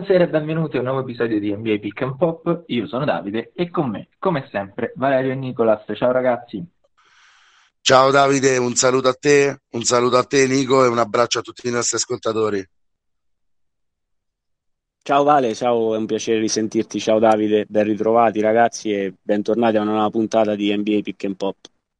Buonasera e benvenuti a un nuovo episodio di NBA Pick and Pop. Io sono Davide e con me, come sempre, Valerio e Nicolas. Ciao ragazzi. Ciao Davide, un saluto a te Nico e un abbraccio a tutti i nostri ascoltatori. Ciao Vale, ciao, è un piacere risentirti. Ciao Davide, ben ritrovati ragazzi e bentornati a una nuova puntata di NBA Pick and Pop.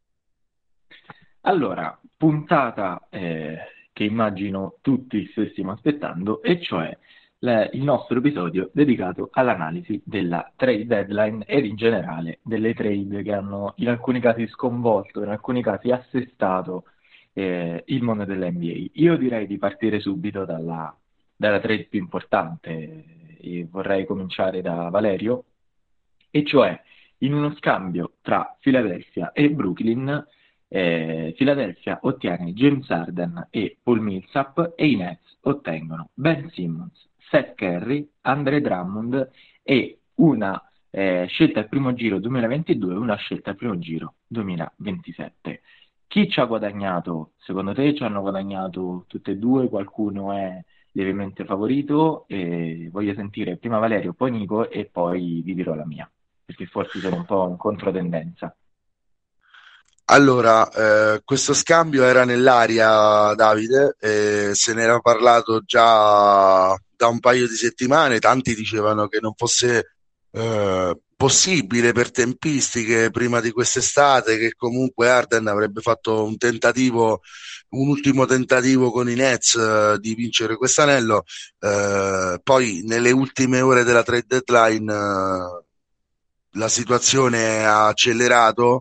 Allora, puntata che immagino tutti stessimo aspettando, e cioè il nostro episodio dedicato all'analisi della trade deadline ed in generale delle trade che hanno in alcuni casi sconvolto, in alcuni casi assestato il mondo dell'NBA. Io direi di partire subito dalla trade più importante e vorrei cominciare da Valerio, e cioè in uno scambio tra Philadelphia e Brooklyn. Philadelphia ottiene James Harden e Paul Millsap e i Nets ottengono Ben Simmons, Seth Curry, Andre Drummond e una scelta al primo giro 2022 e una scelta al primo giro 2027. Chi ci ha guadagnato? Secondo te ci hanno guadagnato tutte e due? Qualcuno è lievemente favorito? Voglio sentire prima Valerio, poi Nico e poi vi dirò la mia, perché forse sono un po' in controtendenza. Allora, questo scambio era nell'aria, Davide, se ne era parlato già da un paio di settimane, tanti dicevano che non fosse possibile per tempistiche prima di quest'estate, che comunque Harden avrebbe fatto un ultimo tentativo con i Nets di vincere quest'anello. Poi nelle ultime ore della trade deadline la situazione ha accelerato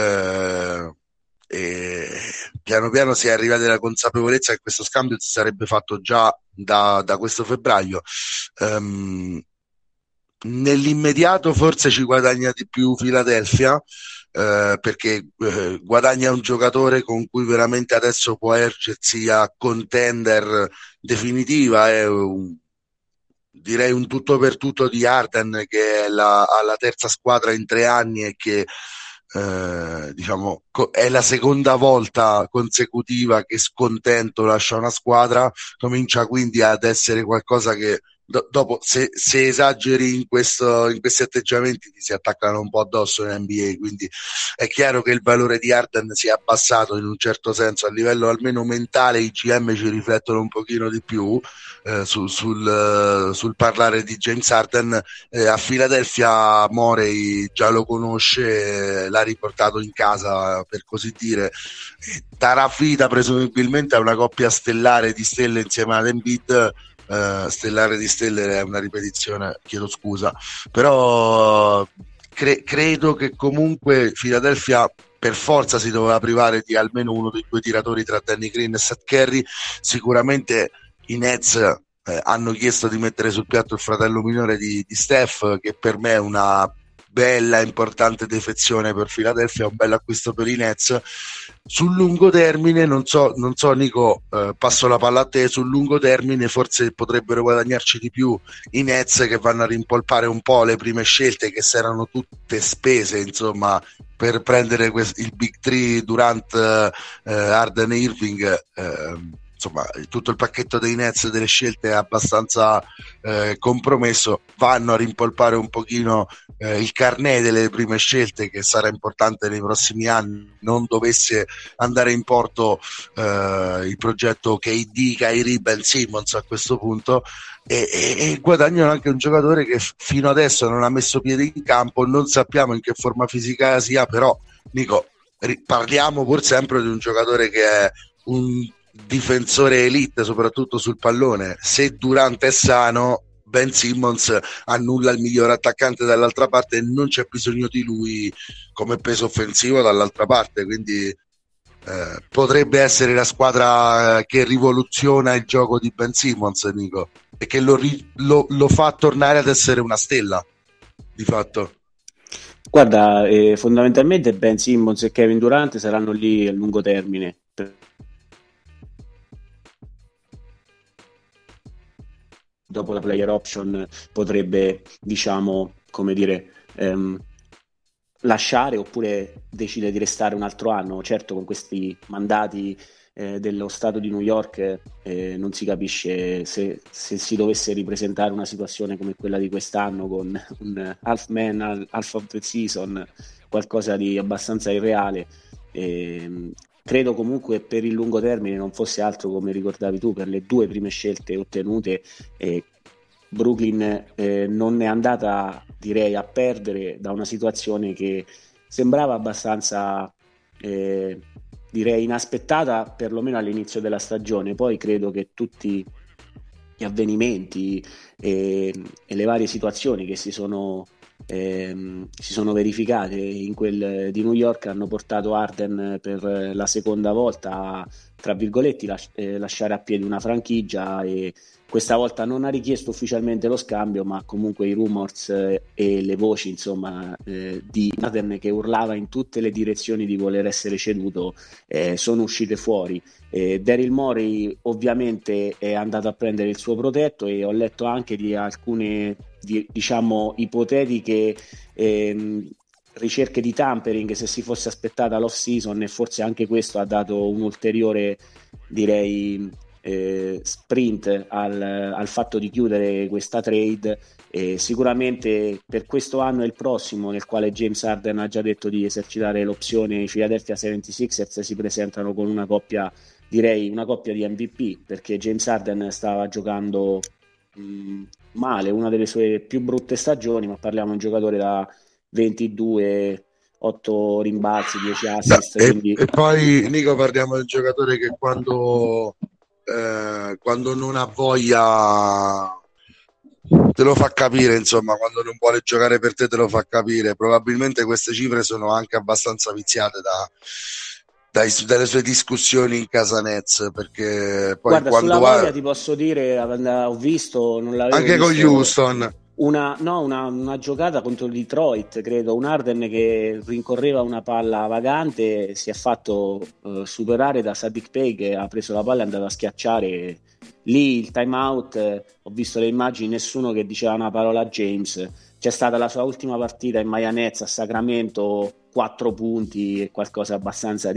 e piano piano si è arrivati alla consapevolezza che questo scambio si sarebbe fatto già da questo febbraio. Nell'immediato forse ci guadagna di più Philadelphia, perché guadagna un giocatore con cui veramente adesso può ergersi a contender definitiva. Direi un tutto per tutto di Harden, che è alla terza squadra in 3 anni e che diciamo è la seconda volta consecutiva che scontento lascia una squadra. Comincia quindi ad essere qualcosa che dopo, se esageri in questi atteggiamenti, ti si attaccano un po' addosso in NBA. Quindi è chiaro che il valore di Harden si è abbassato in un certo senso. A livello almeno mentale i GM ci riflettono un pochino di più sul parlare di James Harden. A Philadelphia Morey già lo conosce, l'ha riportato in casa, per così dire. Darà vita presumibilmente a una coppia stellare di stelle insieme ad Embiid. Stellare di stelle è una ripetizione, chiedo scusa, però credo che comunque Philadelphia per forza si doveva privare di almeno uno dei due tiratori tra Danny Green e Seth Curry. Sicuramente i Nets hanno chiesto di mettere sul piatto il fratello minore di Steph, che per me è una bella importante defezione per Philadelphia, un bel acquisto per i Nets. Sul lungo termine non so Nico, passo la palla a te. Sul lungo termine forse potrebbero guadagnarci di più i Nets, che vanno a rimpolpare un po' le prime scelte che si erano tutte spese, insomma, per prendere il Big Three Durant, Harden e Irving. Insomma, tutto il pacchetto dei Nets delle scelte è abbastanza compromesso. Vanno a rimpolpare un pochino il carnet delle prime scelte, che sarà importante nei prossimi anni, non dovesse andare in porto il progetto KD, Kyrie, Ben Simmons a questo punto, e guadagnano anche un giocatore che fino adesso non ha messo piede in campo. Non sappiamo in che forma fisica sia, però Nico, parliamo pur sempre di un giocatore che è un difensore elite, soprattutto sul pallone. Se Durant è sano, Ben Simmons annulla il miglior attaccante dall'altra parte e non c'è bisogno di lui come peso offensivo dall'altra parte. Quindi potrebbe essere la squadra che rivoluziona il gioco di Ben Simmons, Nico, e che lo fa tornare ad essere una stella di fatto. Guarda, fondamentalmente Ben Simmons e Kevin Durant saranno lì a lungo termine. Dopo la player option potrebbe, diciamo, come dire, lasciare oppure decide di restare un altro anno. Certo, con questi mandati dello stato di New York, non si capisce se si dovesse ripresentare una situazione come quella di quest'anno con un half man, half of the season, qualcosa di abbastanza irreale. Credo comunque per il lungo termine non fosse altro, come ricordavi tu, per le 2 prime scelte ottenute, Brooklyn non è andata, direi, a perdere da una situazione che sembrava abbastanza direi inaspettata, perlomeno all'inizio della stagione. Poi credo che tutti gli avvenimenti e le varie situazioni che si sono verificate in quel di New York hanno portato Harden per la seconda volta a, tra virgolette, lasciare a piedi una franchigia, e questa volta non ha richiesto ufficialmente lo scambio, ma comunque i rumors e le voci, insomma, di Harden che urlava in tutte le direzioni di voler essere ceduto sono uscite fuori. Daryl Morey ovviamente è andato a prendere il suo protetto, e ho letto anche di alcune diciamo ipotetiche ricerche di tampering, se si fosse aspettata l'off season, e forse anche questo ha dato un ulteriore, direi, sprint al fatto di chiudere questa trade. Sicuramente per questo anno e il prossimo, nel quale James Harden ha già detto di esercitare l'opzione, i Philadelphia 76ers si presentano con una coppia, direi una coppia di MVP, perché James Harden stava giocando male, una delle sue più brutte stagioni, ma parliamo di un giocatore da 22, 8 rimbalzi, 10 assist, e poi Nico, parliamo del giocatore che quando non ha voglia te lo fa capire, insomma, quando non vuole giocare per te lo fa capire. Probabilmente queste cifre sono anche abbastanza viziate dalle sue discussioni in casa Nets, perché poi guarda, sulla voglia ti posso dire, ho visto, non l'avevo anche visto, con Houston una giocata contro il Detroit, credo, un Harden che rincorreva una palla vagante, si è fatto superare da Saddiq Bey, che ha preso la palla e è andato a schiacciare lì il time out. Ho visto le immagini, nessuno che diceva una parola a James. C'è stata la sua ultima partita in Maya Nets a Sacramento, 4 punti e qualcosa abbastanza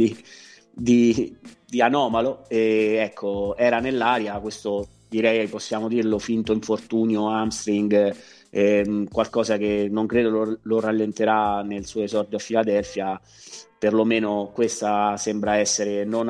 di anomalo, e ecco, era nell'aria questo, direi, possiamo dirlo, finto infortunio hamstring, qualcosa che non credo lo rallenterà nel suo esordio a Philadelphia. Perlomeno questa sembra essere non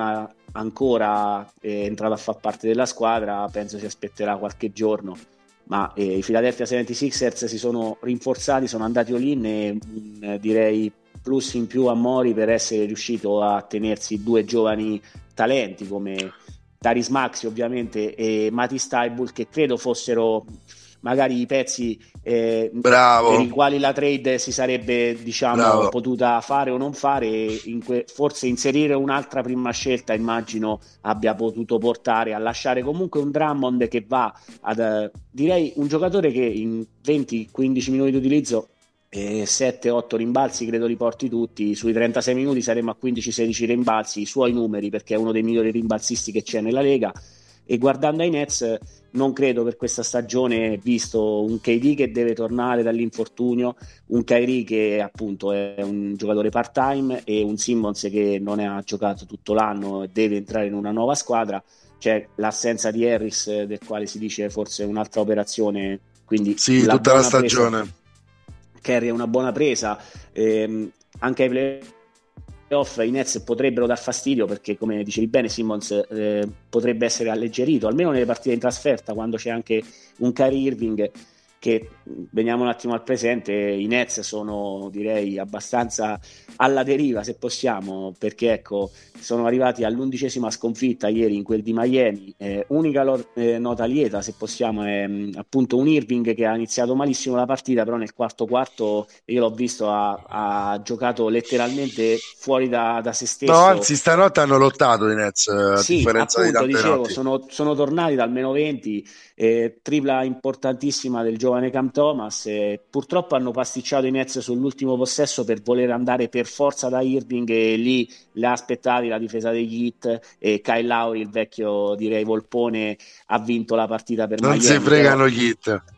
ancora entrata a far parte della squadra, penso si aspetterà qualche giorno, ma i Philadelphia 76ers si sono rinforzati, sono andati all-in, e direi plus in più a Mori per essere riuscito a tenersi 2 giovani talenti come Tyrese Maxey ovviamente e Matisse Thybulle, che credo fossero magari i pezzi per i quali la trade si sarebbe, diciamo, potuta fare o non fare. Forse inserire un'altra prima scelta, immagino, abbia potuto portare a lasciare comunque un Drummond che va ad direi un giocatore che in 20-15 minuti di utilizzo 7-8 rimbalzi credo li porti tutti. Sui 36 minuti saremo a 15-16 rimbalzi, i suoi numeri, perché è uno dei migliori rimbalzisti che c'è nella Lega. E guardando ai Nets, non credo per questa stagione, visto un KD che deve tornare dall'infortunio, un Kyrie che appunto è un giocatore part-time, e un Simmons che non ha giocato tutto l'anno e deve entrare in una nuova squadra. C'è l'assenza di Harris, del quale si dice forse un'altra operazione, quindi sì, tutta la stagione. Curry è una buona presa, anche ai playoff i Nets potrebbero dar fastidio, perché come dicevi bene Simmons potrebbe essere alleggerito, almeno nelle partite in trasferta, quando c'è anche un Kyrie Irving che, veniamo un attimo al presente, i Nets sono, direi, abbastanza alla deriva, se possiamo, perché ecco, sono arrivati all'11ª sconfitta ieri in quel di Miami. Unica nota lieta, se possiamo, è appunto un Irving che ha iniziato malissimo la partita, però nel quarto io l'ho visto, ha giocato letteralmente fuori da se stesso. No, anzi stanotte hanno lottato i Nets, a sì, differenza appunto, di tante notti. sono tornati dal meno 20, tripla importantissima del giovane Cam Thomas. Purtroppo hanno pasticciato i Nets sull'ultimo possesso per voler andare per forza da Irving, e lì le ha aspettati la difesa degli Heat, e Kyle Lowry, il vecchio, direi, volpone, ha vinto la partita per non Miami. si fregano gli Heat.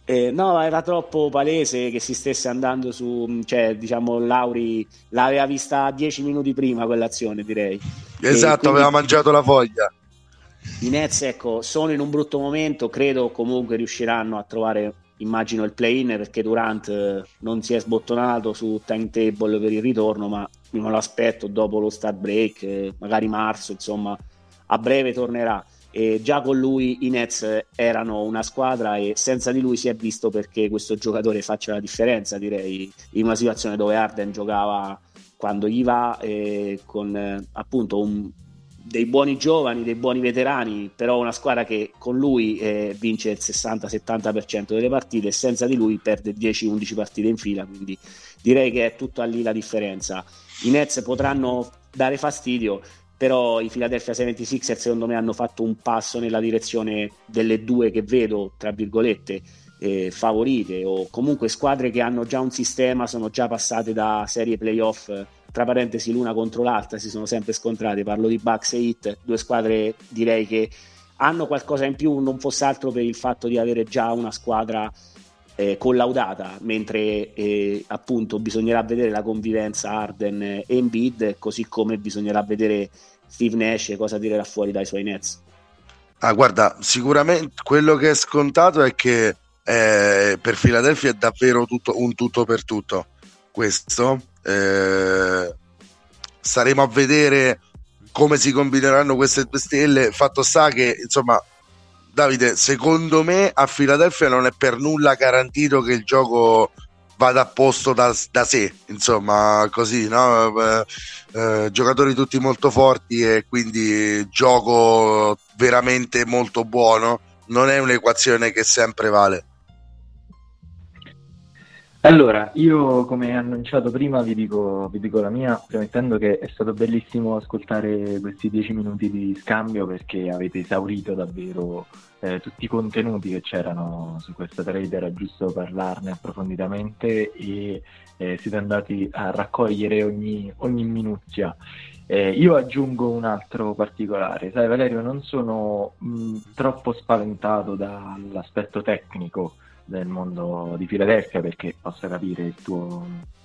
No, era troppo palese che si stesse andando su, cioè, diciamo, Lauri l'aveva vista 10 minuti prima quell'azione, direi. E Esatto, aveva quindi mangiato la foglia. i Nets, ecco, sono in un brutto momento, credo comunque riusciranno a trovare, immagino, il play-in, perché Durant non si è sbottonato su timetable per il ritorno, ma me lo aspetto dopo lo start break, magari marzo, insomma, a breve tornerà. E già con lui i Nets erano una squadra e senza di lui si è visto perché questo giocatore faccia la differenza, direi, in una situazione dove Harden giocava quando gli va, con appunto dei buoni giovani, dei buoni veterani, però una squadra che con lui vince il 60-70% delle partite e senza di lui perde 10-11 partite in fila, quindi direi che è tutta lì la differenza. I Nets potranno dare fastidio, però i Philadelphia 76ers secondo me hanno fatto un passo nella direzione delle due che vedo, tra virgolette, favorite, o comunque squadre che hanno già un sistema, sono già passate da serie playoff, tra parentesi l'una contro l'altra, si sono sempre scontrate, parlo di Bucks e Heat, due squadre direi che hanno qualcosa in più, non fosse altro per il fatto di avere già una squadra collaudata, mentre appunto bisognerà vedere la convivenza Harden e Embiid, così come bisognerà vedere Steve Nash cosa tirerà fuori dai suoi Nets. Guarda, sicuramente quello che è scontato è che per Philadelphia è davvero un tutto per tutto questo. Staremo a vedere come si combineranno queste due stelle. Fatto sta che, insomma, Davide, secondo me a Philadelphia non è per nulla garantito che il gioco vada a posto da sé, insomma, così, no? Giocatori tutti molto forti e quindi gioco veramente molto buono. Non è un'equazione che sempre vale. Allora, io come annunciato prima vi dico la mia, premettendo che è stato bellissimo ascoltare questi 10 minuti di scambio perché avete esaurito davvero tutti i contenuti che c'erano su questa trade, era giusto parlarne approfonditamente e siete andati a raccogliere ogni minuzia. Io aggiungo un altro particolare, sai Valerio, non sono troppo spaventato dall'aspetto tecnico del mondo di Filadelfia perché posso capire il tuo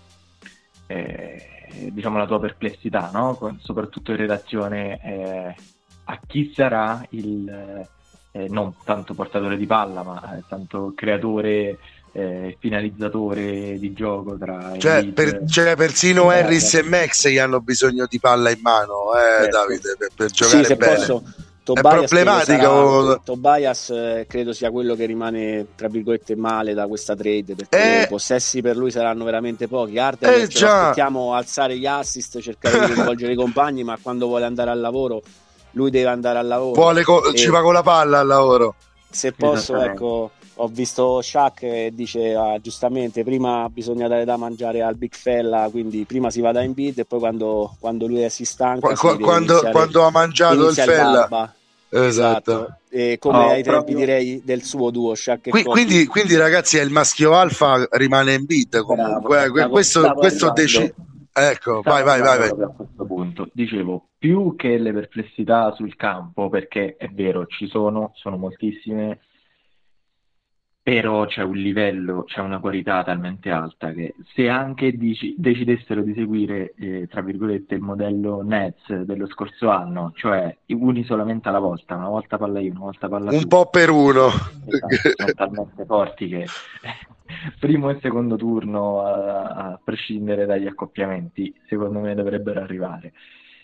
diciamo la tua perplessità, no? Soprattutto in relazione a chi sarà il non tanto portatore di palla ma tanto creatore finalizzatore di gioco tra persino Harris e Maxey hanno bisogno di palla in mano, certo. Davide, per giocare se bene. Posso, È problematico. Tobias credo sia quello che rimane tra virgolette male da questa trade perché i possessi per lui saranno veramente pochi. Harden ce lo aspettiamo alzare gli assist, cercare di coinvolgere i compagni, ma quando vuole andare al lavoro lui deve andare al lavoro, ci va con la palla al lavoro. Se posso, ecco, ho visto Shaq che dice giustamente prima bisogna dare da mangiare al big fella, quindi prima si va da Embiid e poi quando lui si stanca quando ha mangiato il fella, esatto. E come ai tempi direi del suo duo Shaq e quindi ragazzi, è il maschio alfa, rimane Embiid comunque. Questo decide. Ecco, vai. A questo punto dicevo, più che le perplessità sul campo, perché è vero, sono moltissime, però c'è un livello, c'è una qualità talmente alta che se anche decidessero di seguire, tra virgolette, il modello Nets dello scorso anno, cioè uni solamente alla volta, una volta palla io, una volta palla tu, un po' per uno, esatto, sono talmente forti che primo e secondo turno, a prescindere dagli accoppiamenti, secondo me dovrebbero arrivare.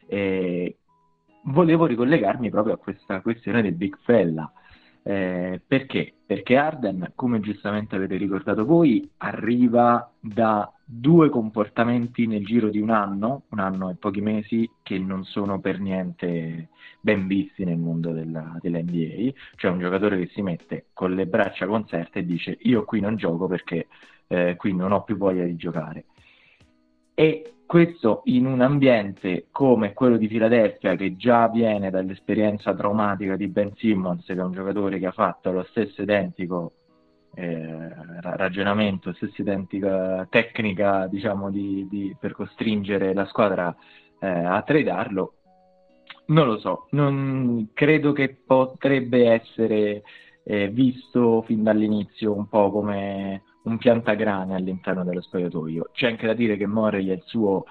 Volevo ricollegarmi proprio a questa questione del Big Fella. Perché? Perché Harden, come giustamente avete ricordato voi, arriva da due comportamenti nel giro di un anno e pochi mesi, che non sono per niente ben visti nel mondo dell'NBA. Cioè un giocatore che si mette con le braccia conserte e dice io qui non gioco perché qui non ho più voglia di giocare. E questo in un ambiente come quello di Philadelphia, che già viene dall'esperienza traumatica di Ben Simmons, che è un giocatore che ha fatto lo stesso identico ragionamento, stessa identica tecnica, diciamo, per costringere la squadra a tradarlo. Non lo so, non credo che potrebbe essere visto fin dall'inizio un po' come un piantagrane all'interno dello spogliatoio. C'è anche da dire che Morey è il suo...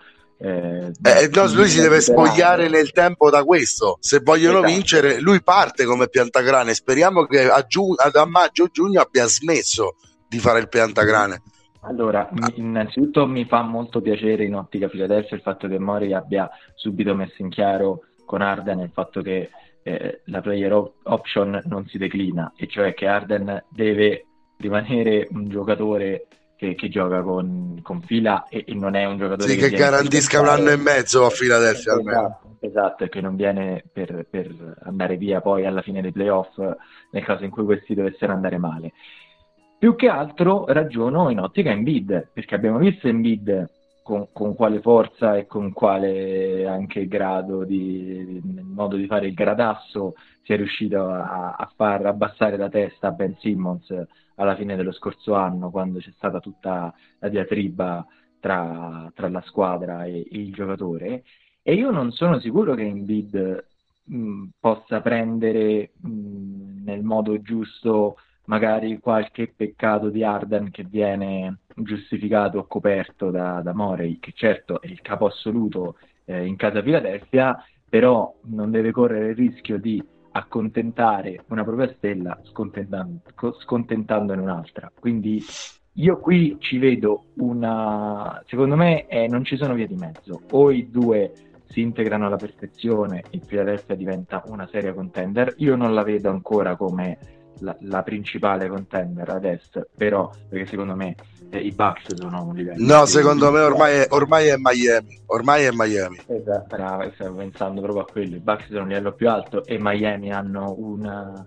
no, lui si deve spogliare nel tempo da questo. Se vogliono vincere, lui parte come piantagrane. Speriamo che a maggio-giugno abbia smesso di fare il piantagrane. Allora, innanzitutto mi fa molto piacere in ottica Philadelphia il fatto che Morey abbia subito messo in chiaro con Harden il fatto che la player option non si declina, e cioè che Harden deve rimanere un giocatore che gioca con fila e non è un giocatore che garantisca un anno e mezzo a Philadelphia almeno. Esatto, e che non viene per andare via poi alla fine dei playoff nel caso in cui questi dovessero andare male. Più che altro ragiono in ottica Embiid, perché abbiamo visto Embiid con quale forza e con quale anche grado nel modo di fare il gradasso si è riuscito a far abbassare la testa Ben Simmons alla fine dello scorso anno, quando c'è stata tutta la diatriba tra la squadra e il giocatore. E io non sono sicuro che Embiid possa prendere nel modo giusto magari qualche peccato di Harden che viene giustificato o coperto da Morey, che certo è il capo assoluto in casa Philadelphia, però non deve correre il rischio di accontentare una propria stella scontentandone un'altra. Quindi io qui ci vedo secondo me non ci sono vie di mezzo: o i due si integrano alla perfezione e Philadelphia diventa una seria contender. Io non la vedo ancora come la principale contender ad est, però, perché secondo me i Bucks sono un livello. No, secondo me ormai è Miami. Esatto, bravo, stavo pensando proprio a quello. I Bucks sono un livello più alto e Miami hanno un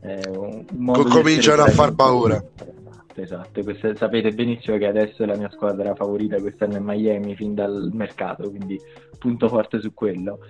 modo cominciano a far paura. Esatto, sapete benissimo che adesso è la mia squadra favorita quest'anno è Miami fin dal mercato, quindi punto forte su quello.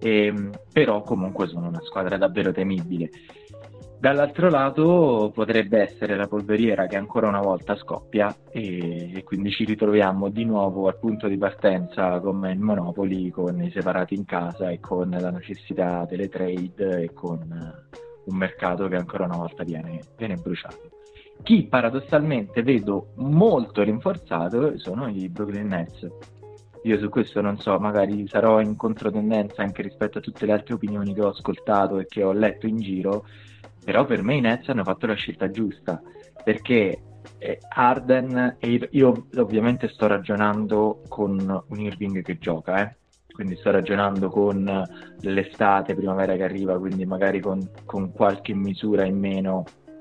Però comunque sono una squadra davvero temibile. Dall'altro lato potrebbe essere la polveriera che ancora una volta scoppia e quindi ci ritroviamo di nuovo al punto di partenza come il Monopoly, con i separati in casa e con la necessità delle trade e con un mercato che ancora una volta viene bruciato. Chi paradossalmente vedo molto rinforzato sono i Brooklyn Nets. Io su questo non so, magari sarò in controtendenza anche rispetto a tutte le altre opinioni che ho ascoltato e che ho letto in giro, però per me i Nets hanno fatto la scelta giusta, perché Harden, e io ovviamente sto ragionando con un Irving che gioca, quindi sto ragionando con l'estate, primavera che arriva, quindi magari con qualche misura in meno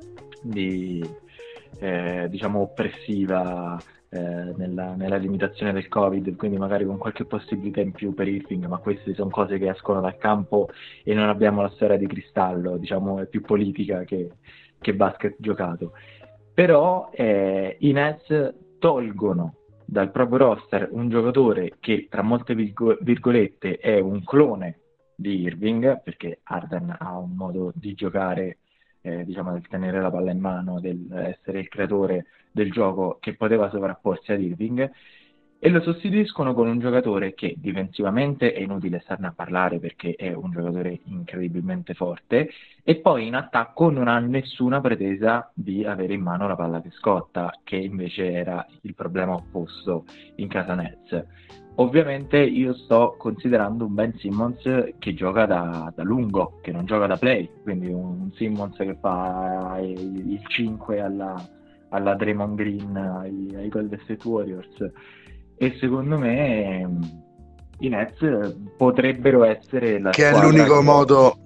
di diciamo oppressiva nella limitazione del Covid, quindi magari con qualche possibilità in più per Irving, ma queste sono cose che escono dal campo e non abbiamo la sfera di cristallo, diciamo è più politica che basket giocato. Però i Nets tolgono dal proprio roster un giocatore che tra molte virgolette è un clone di Irving, perché Harden ha un modo di giocare diciamo del tenere la palla in mano, del essere il creatore del gioco che poteva sovrapporsi ad Irving, e lo sostituiscono con un giocatore che difensivamente è inutile starne a parlare perché è un giocatore incredibilmente forte, e poi in attacco non ha nessuna pretesa di avere in mano la palla che scotta, che invece era il problema opposto in casa Nets. Ovviamente io sto considerando un Ben Simmons che gioca da lungo, che non gioca da play, quindi un Simmons che fa il 5 alla Draymond Green, ai Golden State Warriors, e secondo me i Nets potrebbero essere la che è l'unico modo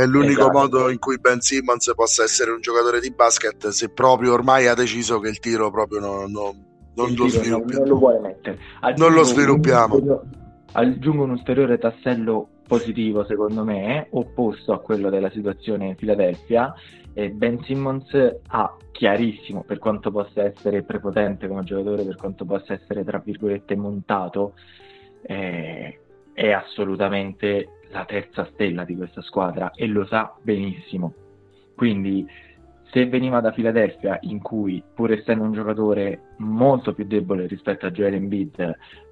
in cui Ben Simmons possa essere un giocatore di basket, se proprio ormai ha deciso che il tiro proprio non lo vuole mettere. Non lo sviluppiamo. Aggiungo un ulteriore tassello positivo, secondo me, opposto a quello della situazione in Philadelphia. Ben Simmons ha chiarissimo, per quanto possa essere prepotente come giocatore, per quanto possa essere tra virgolette montato, è assolutamente la terza stella di questa squadra e lo sa benissimo. Quindi se veniva da Philadelphia, in cui pur essendo un giocatore molto più debole rispetto a Joel Embiid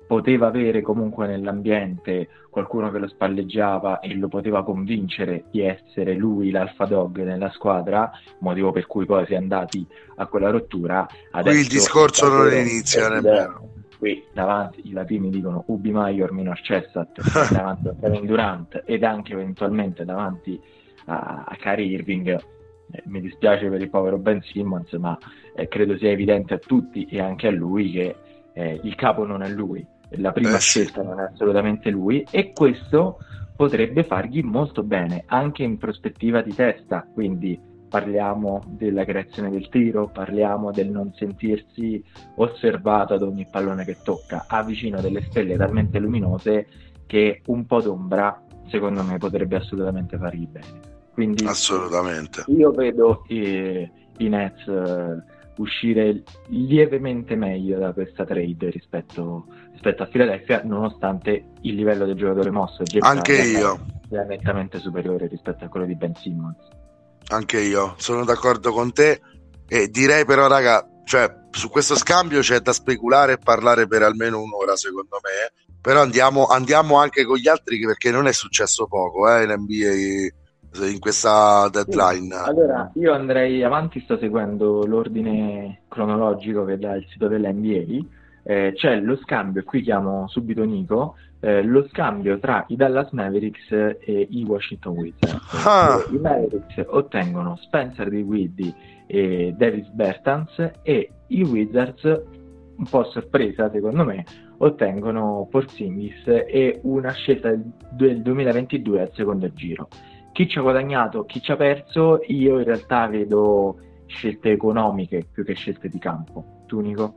poteva avere comunque nell'ambiente qualcuno che lo spalleggiava e lo poteva convincere di essere lui l'alfa dog nella squadra, motivo per cui poi si è andati a quella rottura. Qui il discorso non inizia nemmeno. Qui davanti i latini dicono ubi maior minor cessat, davanti a Kevin Durant ed anche eventualmente davanti a Kyrie Irving. Mi dispiace per il povero Ben Simmons, ma credo sia evidente a tutti e anche a lui che il capo non è lui, la prima scelta non è assolutamente lui, e questo potrebbe fargli molto bene anche in prospettiva di testa. Quindi parliamo della creazione del tiro, parliamo del non sentirsi osservato ad ogni pallone che tocca, ha vicino delle stelle talmente luminose che un po' d'ombra secondo me potrebbe assolutamente fargli bene. Quindi assolutamente io vedo i Nets uscire lievemente meglio da questa trade rispetto a Philadelphia, nonostante il livello del giocatore mosso anche io è nettamente superiore rispetto a quello di Ben Simmons. Anche io sono d'accordo con te, e direi però, raga, cioè, su questo scambio c'è da speculare e parlare per almeno un'ora secondo me, però andiamo anche con gli altri, perché non è successo poco in NBA in questa deadline. Allora io andrei avanti, sto seguendo l'ordine cronologico che dà il sito dell'NBA. C'è lo scambio, e qui chiamo subito Nico, lo scambio tra i Dallas Mavericks e i Washington Wizards. I Mavericks ottengono Spencer Dinwiddie e Davis Bertans, e i Wizards, un po' sorpresa secondo me, ottengono Porzingis e una scelta del 2022 al secondo giro. Chi ci ha guadagnato, chi ci ha perso? Io in realtà vedo scelte economiche più che scelte di campo. Tu, Nico?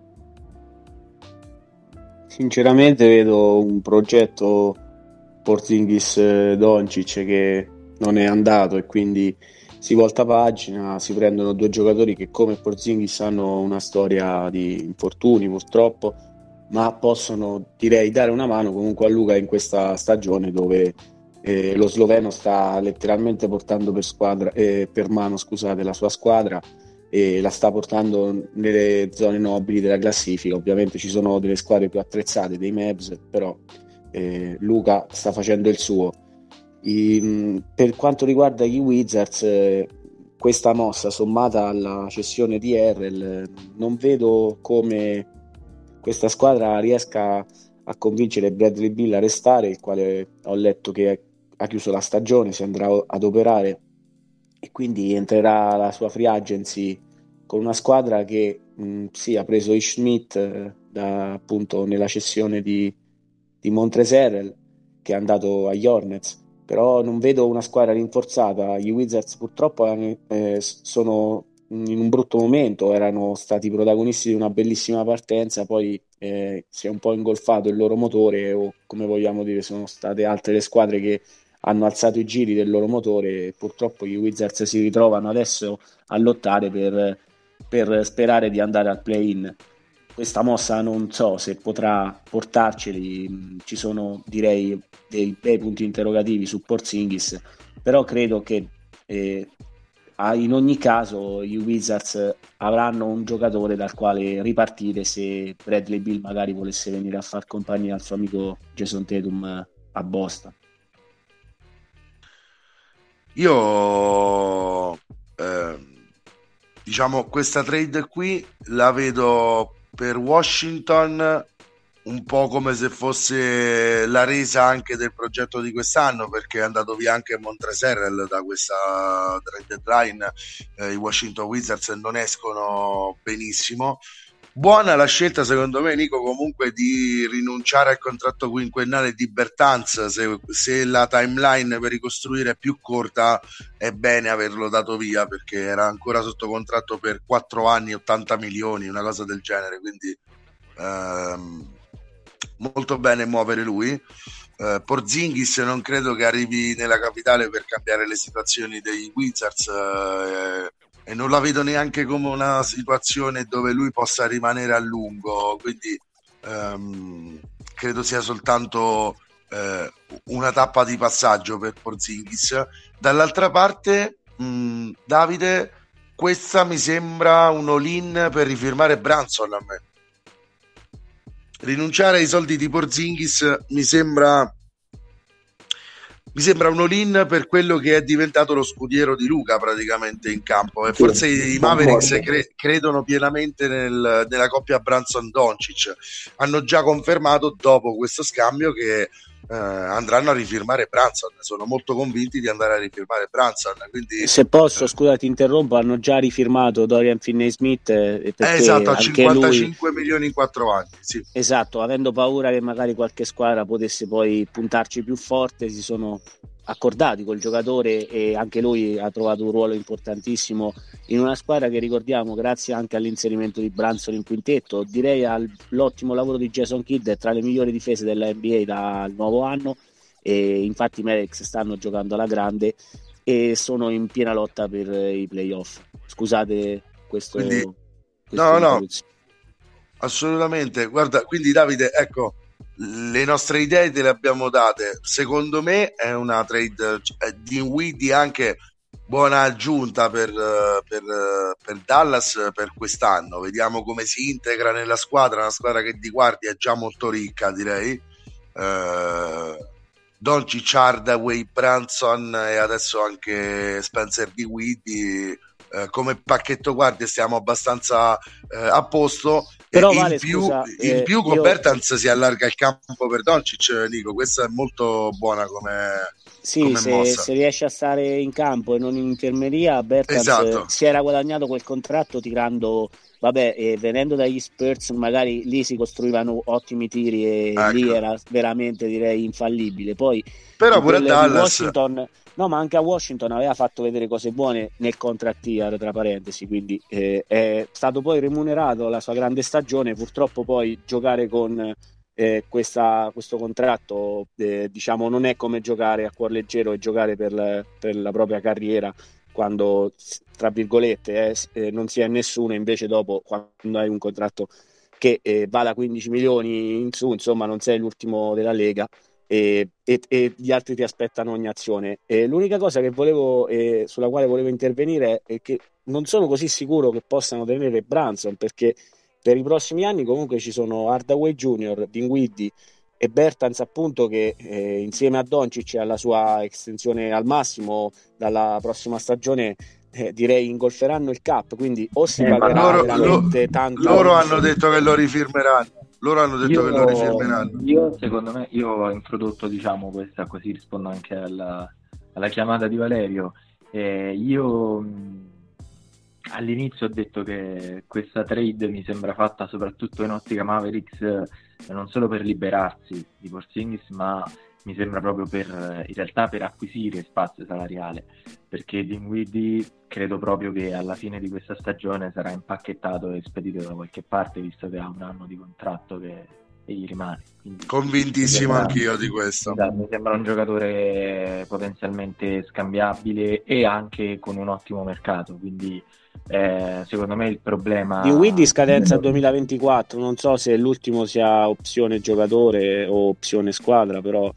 Sinceramente vedo un progetto Porzingis-Doncic che non è andato, e quindi si volta pagina, si prendono due giocatori che come Porzingis hanno una storia di infortuni purtroppo, ma possono, direi, dare una mano comunque a Luka in questa stagione dove lo sloveno sta letteralmente portando per mano la sua squadra, e la sta portando nelle zone nobili della classifica. Ovviamente ci sono delle squadre più attrezzate, dei Mavs, però Luka sta facendo il suo. Per quanto riguarda i Wizards, questa mossa sommata alla cessione di Harrell, non vedo come questa squadra riesca a convincere Bradley Beal a restare, il quale ho letto che ha chiuso la stagione, si andrà ad operare, e quindi entrerà la sua free agency con una squadra che sì, ha preso Ish Smith appunto nella cessione di Montrezl Harrell, che è andato agli Hornets, però non vedo una squadra rinforzata. Gli Wizards purtroppo sono in un brutto momento, erano stati protagonisti di una bellissima partenza, poi si è un po' ingolfato il loro motore, o come vogliamo dire, sono state altre le squadre che hanno alzato i giri del loro motore, e purtroppo i Wizards si ritrovano adesso a lottare per sperare di andare al play-in. Questa mossa non so se potrà portarceli, ci sono, direi, dei bei punti interrogativi su Porzingis, però credo che in ogni caso i Wizards avranno un giocatore dal quale ripartire se Bradley Beal magari volesse venire a far compagnia al suo amico Jason Tatum a Boston. Io diciamo questa trade qui la vedo per Washington un po' come se fosse la resa anche del progetto di quest'anno, perché è andato via anche Montrezl Harrell da questa trade deadline. I Washington Wizards non escono benissimo. Buona la scelta secondo me, Nico, comunque di rinunciare al contratto quinquennale di Bertans. Se la timeline per ricostruire è più corta, è bene averlo dato via, perché era ancora sotto contratto per 4 anni, 80 milioni, una cosa del genere, quindi molto bene muovere lui. Porzingis non credo che arrivi nella capitale per cambiare le situazioni dei Wizards, e non la vedo neanche come una situazione dove lui possa rimanere a lungo, quindi credo sia soltanto una tappa di passaggio per Porzingis. Dall'altra parte, Davide, questa mi sembra un all-in per rifirmare Brunson a me. rinunciare ai soldi di Porzingis mi sembra un all-in per quello che è diventato lo scudiero di Luka praticamente in campo, e forse i Mavericks credono pienamente nella coppia Brunson-Doncic. Hanno già confermato dopo questo scambio che andranno a rifirmare Brunson, sono molto convinti di andare a rifirmare Brunson, quindi, se posso, scusa ti interrompo, hanno già rifirmato Dorian Finney-Smith perché esatto, a anche 55 milioni in 4 anni, sì. Esatto, avendo paura che magari qualche squadra potesse poi puntarci più forte, si sono accordati col giocatore e anche lui ha trovato un ruolo importantissimo in una squadra che, ricordiamo, grazie anche all'inserimento di Brunson in quintetto, direi all'ottimo lavoro di Jason Kidd, è tra le migliori difese della NBA dal nuovo anno, e infatti i Mavericks stanno giocando alla grande e sono in piena lotta per i playoff. Scusate Quindi, no, assolutamente. Guarda, quindi Davide, ecco, le nostre idee te le abbiamo date. Secondo me è una trade di Dinwiddie anche buona aggiunta per Dallas per quest'anno. Vediamo come si integra nella squadra, una squadra che di guardia è già molto ricca, direi. Doncic, Hardaway, Brunson e adesso anche Spencer Dinwiddie. Come pacchetto guardie stiamo abbastanza a posto. Però in vale, più, scusa, in più con Bertans si allarga il campo per Doncic, Nico, questa è molto buona come mossa. Se riesce a stare in campo e non in infermeria, Bertans Esatto. si era guadagnato quel contratto tirando, venendo dagli Spurs magari lì si costruivano ottimi tiri e ecco, lì era veramente, direi, infallibile. Poi però pure a Dallas, Washington, no, ma anche a Washington aveva fatto vedere cose buone nel contract year, tra parentesi, quindi è stato poi remunerato la sua grande stagione. Purtroppo poi giocare con questo contratto diciamo non è come giocare a cuor leggero e giocare per la propria carriera quando, tra virgolette, non si è nessuno, invece dopo, quando hai un contratto che va da 15 milioni in su, insomma non sei l'ultimo della Lega e gli altri ti aspettano ogni azione. L'unica cosa che sulla quale volevo intervenire è che non sono così sicuro che possano tenere Brunson, perché per i prossimi anni comunque ci sono Hardaway Jr., Dinwiddie e Bertans, appunto, che insieme a Doncic e alla sua estensione al massimo dalla prossima stagione direi ingolferanno il cap, quindi o si pagherà veramente tanto. Loro hanno detto che lo rifirmeranno. Io secondo me, io ho introdotto, diciamo, questa, così rispondo anche alla chiamata di Valerio. Io all'inizio ho detto che questa trade mi sembra fatta soprattutto in ottica Mavericks, non solo per liberarsi di Porzingis, ma mi sembra proprio in realtà per acquisire spazio salariale, perché Dinwiddie credo proprio che alla fine di questa stagione sarà impacchettato e spedito da qualche parte, visto che ha un anno di contratto che gli rimane. Quindi, convintissimo anch'io di questo. Mi sembra un giocatore potenzialmente scambiabile e anche con un ottimo mercato, quindi secondo me il problema di Dinwiddie scadenza 2024, non so se l'ultimo sia opzione giocatore o opzione squadra, però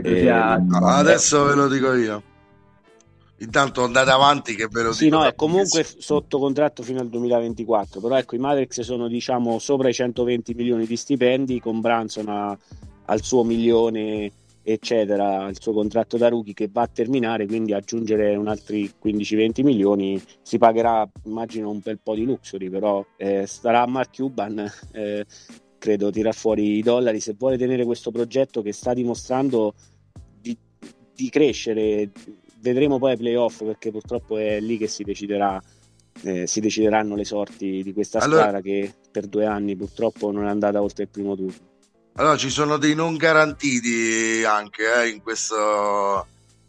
adesso ve lo dico io. Intanto andate avanti che ve lo dico. No, è comunque sotto contratto fino al 2024, però ecco, i Mavericks sono, diciamo, sopra i 120 milioni di stipendi, con Brunson al suo milione eccetera, il suo contratto da rookie che va a terminare, quindi aggiungere un altri 15-20 milioni si pagherà, immagino, un bel po' di luxury, però starà a Mark Cuban credo tirar fuori i dollari se vuole tenere questo progetto che sta dimostrando di crescere. Vedremo poi ai playoff, perché purtroppo è lì che si decideranno le sorti di questa squadra che per 2 anni purtroppo non è andata oltre il primo turno. Allora ci sono dei non garantiti anche in questo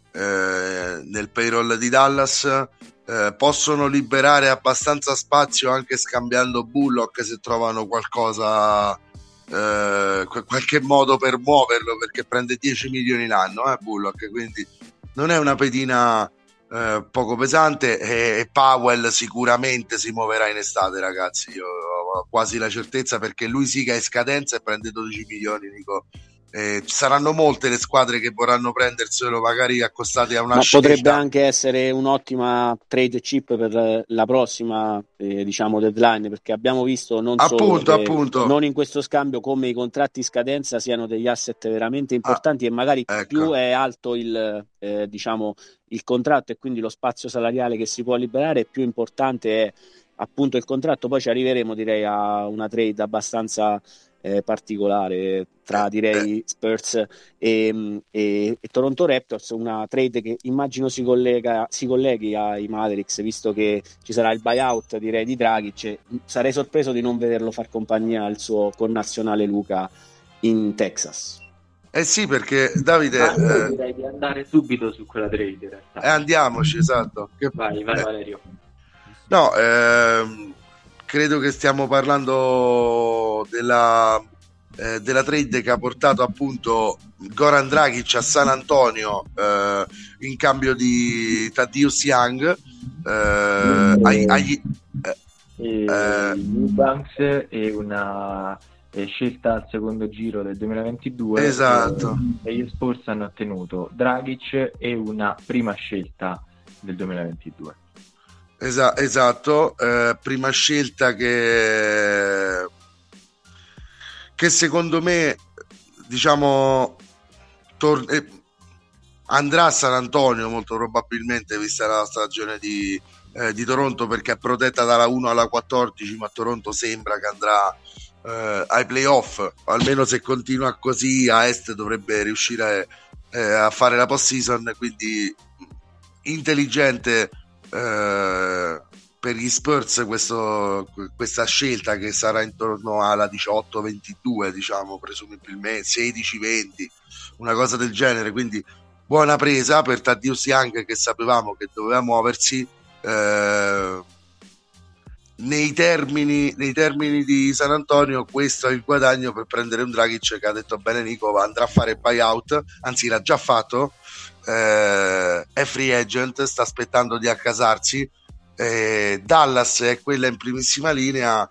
nel payroll di Dallas, possono liberare abbastanza spazio anche scambiando Bullock se trovano qualcosa, qualche modo per muoverlo, perché prende 10 milioni l'anno Bullock, quindi non è una pedina poco pesante, e Powell sicuramente si muoverà in estate, ragazzi, io ho quasi la certezza, perché lui sì che è in scadenza e prende 12 milioni, Nico, Ci saranno molte le squadre che vorranno prenderselo magari accostate a una Ma scelta. potrebbe anche essere un'ottima trade chip per la prossima diciamo deadline, perché abbiamo visto non in questo scambio come i contratti in scadenza siano degli asset veramente importanti, e magari più è alto il contratto e quindi lo spazio salariale che si può liberare, più importante è appunto il contratto. Poi ci arriveremo, direi, a una trade abbastanza particolare tra direi Spurs e Toronto Raptors, una trade che immagino si colleghi ai Mavericks, visto che ci sarà il buyout, direi, di Dragic. Sarei sorpreso di non vederlo far compagnia al suo connazionale Luka in Texas. Sì, perché Davide direi di andare subito su quella trade in realtà. Andiamoci, esatto. Vai Valerio. No, credo che stiamo parlando della trade che ha portato appunto Goran Dragic a San Antonio in cambio di Thaddeus Young agli Eubanks e una scelta al secondo giro del 2022. Esatto. E gli Spurs hanno ottenuto Dragic e una prima scelta del 2022. Esatto, prima scelta che secondo me, diciamo, andrà a San Antonio molto probabilmente, vista la stagione di Toronto, perché è protetta dalla 1 alla 14, ma Toronto sembra che andrà ai playoff, almeno se continua così a Est dovrebbe riuscire a fare la postseason, quindi intelligente per gli Spurs questa scelta, che sarà intorno alla 18-22, diciamo, presumibilmente 16-20, una cosa del genere, quindi buona presa per Thaddeus Young, che sapevamo che doveva muoversi nei termini di San Antonio. Questo è il guadagno per prendere un Dragic che, ha detto bene Nico, andrà a fare buyout, anzi l'ha già fatto, è free agent, sta aspettando di accasarsi. Dallas è quella in primissima linea.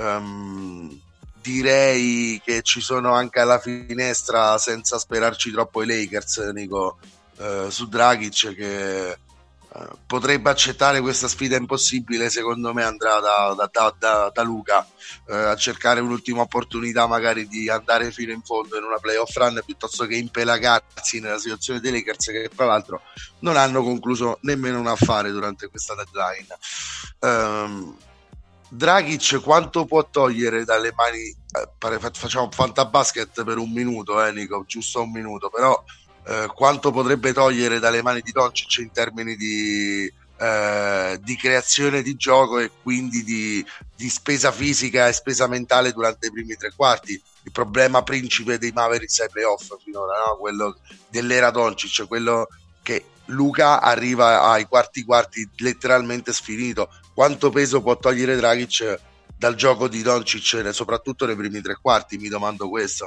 Direi che ci sono anche alla finestra, senza sperarci troppo, i Lakers, Nico, su Dragic, che potrebbe accettare questa sfida impossibile. Secondo me andrà da Luka a cercare un'ultima opportunità, magari di andare fino in fondo in una playoff run, piuttosto che impelagarsi nella situazione dei Lakers, che tra l'altro non hanno concluso nemmeno un affare durante questa deadline. Dragic quanto può togliere dalle mani? Facciamo fantabasket per un minuto, Nico, giusto un minuto, però quanto potrebbe togliere dalle mani di Doncic in termini di creazione di gioco e quindi di spesa fisica e spesa mentale durante i primi tre quarti? Il problema principe dei Mavericks ai playoff finora, no? Quello dell'era Doncic, quello che Luka arriva ai quarti letteralmente sfinito. Quanto peso può togliere Dragic dal gioco di Doncic, soprattutto nei primi tre quarti? Mi domando questo.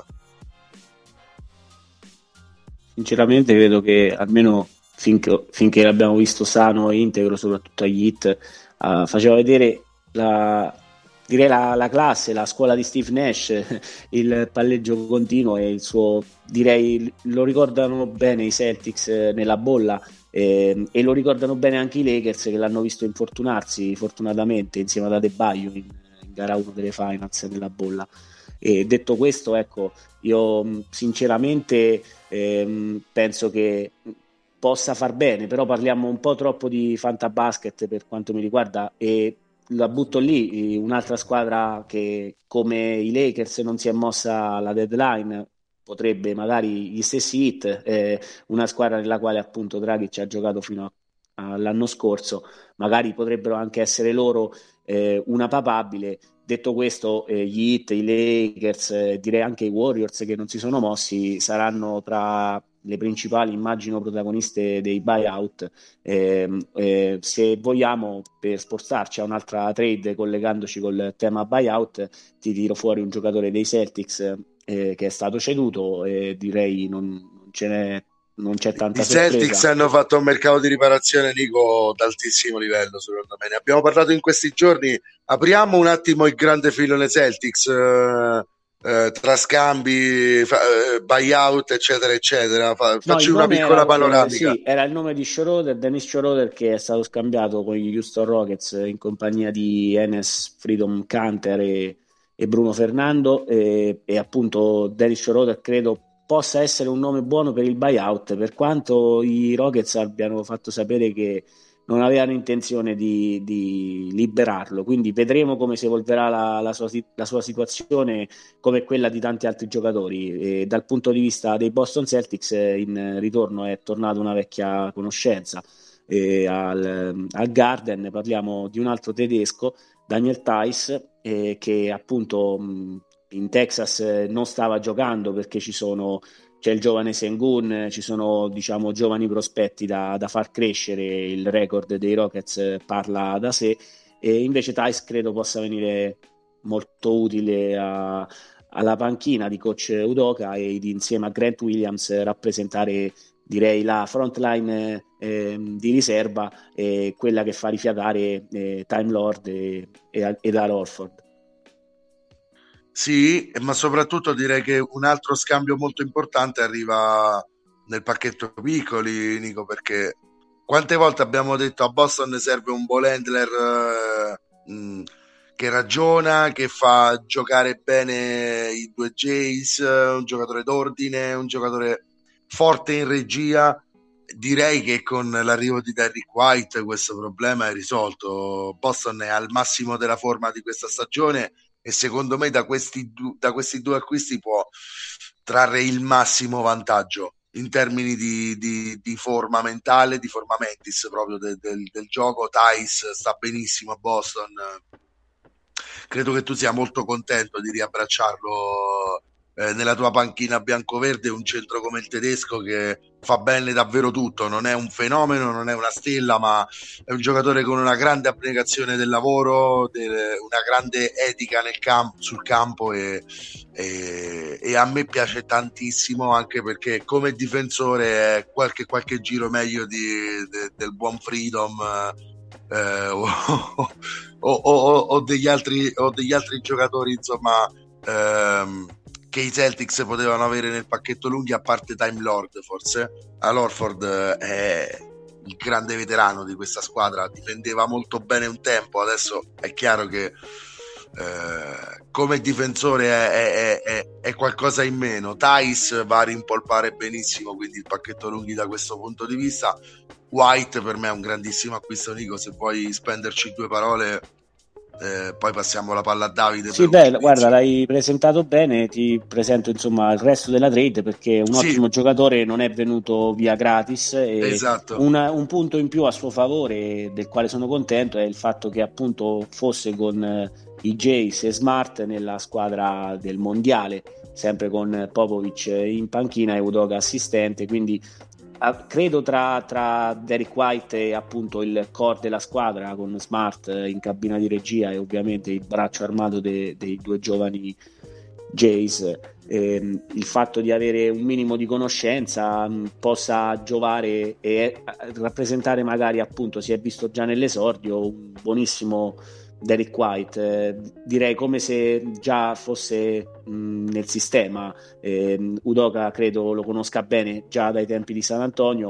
Sinceramente credo che almeno finché l'abbiamo visto sano e integro, soprattutto agli Heat, faceva vedere la classe, la scuola di Steve Nash, il palleggio continuo e il suo, direi, lo ricordano bene i Celtics nella bolla, e lo ricordano bene anche i Lakers, che l'hanno visto infortunarsi fortunatamente insieme ad Adebayo in gara 1 delle finals nella bolla. E detto questo, ecco, io sinceramente penso che possa far bene, però parliamo un po' troppo di fantabasket per quanto mi riguarda, e la butto lì. Un'altra squadra che come i Lakers non si è mossa alla deadline potrebbe magari gli stessi Heat, una squadra nella quale appunto Dragic ha giocato fino all'anno scorso, magari potrebbero anche essere loro una papabile. Detto questo, gli Heat, i Lakers, direi anche i Warriors, che non si sono mossi, saranno tra le principali, immagino, protagoniste dei buyout. Se vogliamo, per spostarci a un'altra trade, collegandoci col tema buyout, ti tiro fuori un giocatore dei Celtics che è stato ceduto, e direi non c'è tanta sorpresa. I Celtics hanno fatto un mercato di riparazione, Nico, d'altissimo livello, secondo me. Ne abbiamo parlato in questi giorni. Apriamo un attimo il grande filone Celtics. tra scambi, buyout, eccetera, eccetera. No, Facci una piccola panoramica. sì, era il nome di Schroeder, Dennis Schroeder, che è stato scambiato con gli Houston Rockets in compagnia di Enes Freedom Kanter e Bruno Fernando, e appunto Dennis Schroeder credo possa essere un nome buono per il buyout, per quanto i Rockets abbiano fatto sapere che non avevano intenzione di liberarlo, quindi vedremo come si evolverà la sua situazione, come quella di tanti altri giocatori. E dal punto di vista dei Boston Celtics, in ritorno è tornata una vecchia conoscenza. Al Garden parliamo di un altro tedesco, Daniel Theis, che appunto in Texas non stava giocando perché c'è il giovane Sengun, ci sono diciamo giovani prospetti da far crescere, il record dei Rockets parla da sé, e invece Theis credo possa venire molto utile alla panchina di coach Udoka ed insieme a Grant Williams rappresentare, direi, la front line di riserva, quella che fa rifiatare Time Lord ed Al Horford. Sì, ma soprattutto direi che un altro scambio molto importante arriva nel pacchetto piccoli, Nico, perché quante volte abbiamo detto a Boston serve un ball handler che ragiona, che fa giocare bene i due Jays, un giocatore d'ordine, un giocatore forte in regia. Direi che con l'arrivo di Derrick White questo problema è risolto. Boston è al massimo della forma di questa stagione e secondo me da questi due acquisti può trarre il massimo vantaggio in termini di forma mentale, di forma mentis proprio del gioco. Theis sta benissimo a Boston, credo che tu sia molto contento di riabbracciarlo nella tua panchina biancoverde, un centro come il tedesco che fa bene davvero tutto, non è un fenomeno, non è una stella, ma è un giocatore con una grande abnegazione del lavoro, una grande etica sul campo e a me piace tantissimo, anche perché come difensore è qualche giro meglio del buon Freedom o degli altri giocatori, insomma, che i Celtics potevano avere nel pacchetto lunghi, a parte Time Lord. Forse Al Horford è il grande veterano di questa squadra, difendeva molto bene un tempo, adesso è chiaro che come difensore è qualcosa in meno. Theis va a rimpolpare benissimo, quindi il pacchetto lunghi da questo punto di vista. White per me è un grandissimo acquisto, Nico, se vuoi spenderci due parole poi passiamo la palla a Davide. Sì, beh, guarda, l'hai presentato bene, ti presento insomma il resto della trade, perché un ottimo giocatore non è venuto via gratis, e esatto. Un punto in più a suo favore, del quale sono contento, è il fatto che appunto fosse con i Jays e Smart nella squadra del mondiale, sempre con Popovic in panchina e Udoka assistente, quindi credo tra Derrick White e appunto il core della squadra, con Smart in cabina di regia e ovviamente il braccio armato dei due giovani Jays, il fatto di avere un minimo di conoscenza possa giovare e rappresentare, magari appunto si è visto già nell'esordio, un buonissimo Derrick White, direi come se già fosse nel sistema. Udoka credo lo conosca bene già dai tempi di San Antonio,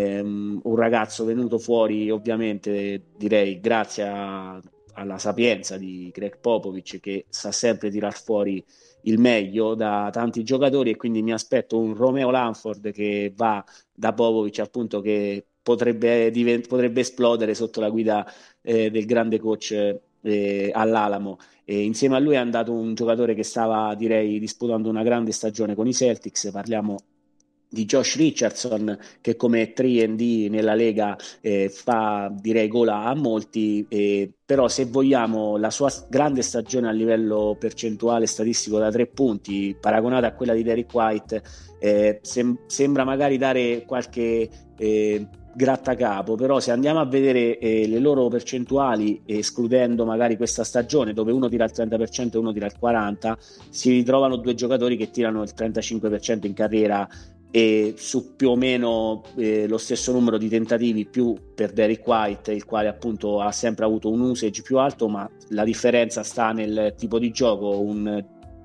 un ragazzo venuto fuori ovviamente, direi, grazie alla sapienza di Greg Popovich, che sa sempre tirar fuori il meglio da tanti giocatori, e quindi mi aspetto un Romeo Lanford che va da Popovich, appunto, che potrebbe esplodere sotto la guida del grande coach all'Alamo. Insieme a lui è andato un giocatore che stava, direi, disputando una grande stagione con i Celtics, parliamo di Josh Richardson, che come 3&D nella Lega fa, direi, gola a molti, però se vogliamo la sua grande stagione a livello percentuale statistico da 3 punti paragonata a quella di Derrick White sembra magari dare qualche grattacapo, però se andiamo a vedere le loro percentuali, escludendo magari questa stagione dove uno tira il 30% e uno tira il 40%, si ritrovano due giocatori che tirano il 35% in carriera, e su più o meno lo stesso numero di tentativi, più per Derrick White, il quale appunto ha sempre avuto un usage più alto, ma la differenza sta nel tipo di gioco. Un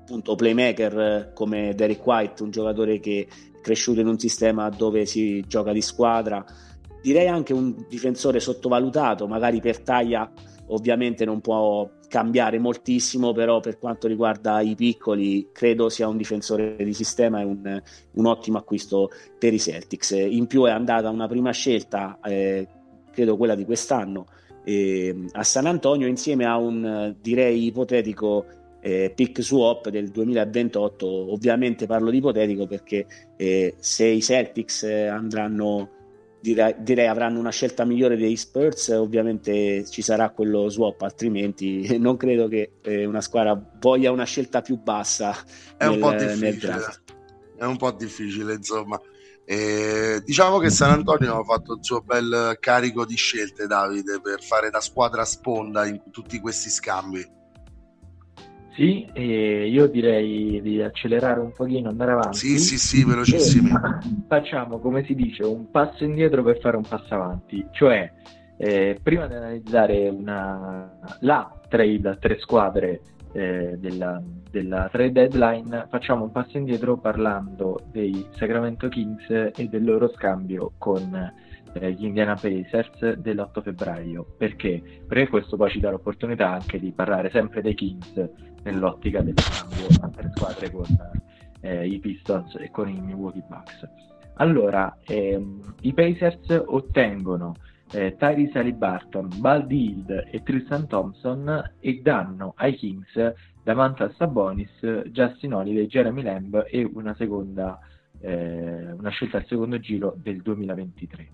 appunto playmaker come Derek White, un giocatore che è cresciuto in un sistema dove si gioca di squadra. Direi anche un difensore sottovalutato, magari per taglia ovviamente non può cambiare moltissimo, però per quanto riguarda i piccoli credo sia un difensore di sistema e un ottimo acquisto per i Celtics. In più è andata una prima scelta, credo quella di quest'anno, a San Antonio, insieme a un direi ipotetico pick swap del 2028. Ovviamente parlo di ipotetico perché se i Celtics andranno, direi avranno una scelta migliore dei Spurs, ovviamente ci sarà quello swap, altrimenti non credo che una squadra voglia una scelta più bassa nel draft. È un po' difficile, insomma. Diciamo che San Antonio ha fatto il suo bel carico di scelte, Davide, per fare da squadra sponda in tutti questi scambi. Sì, io direi di accelerare un pochino, andare avanti. Sì, velocissimi. Facciamo, come si dice, un passo indietro per fare un passo avanti. Cioè, prima di analizzare la trade a 3 squadre della trade deadline, facciamo un passo indietro parlando dei Sacramento Kings e del loro scambio con gli Indiana Pacers dell'8 febbraio. Perché? Perché questo poi ci dà l'opportunità anche di parlare sempre dei Kings nell'ottica del scambio a 3 squadre con i Pistons e con i Milwaukee Bucks. Allora, i Pacers ottengono Tyrese Haliburton, Buddy Hield e Tristan Thompson e danno ai Kings Domantas Sabonis, Justin Holiday, Jeremy Lamb e una scelta al secondo giro del 2023.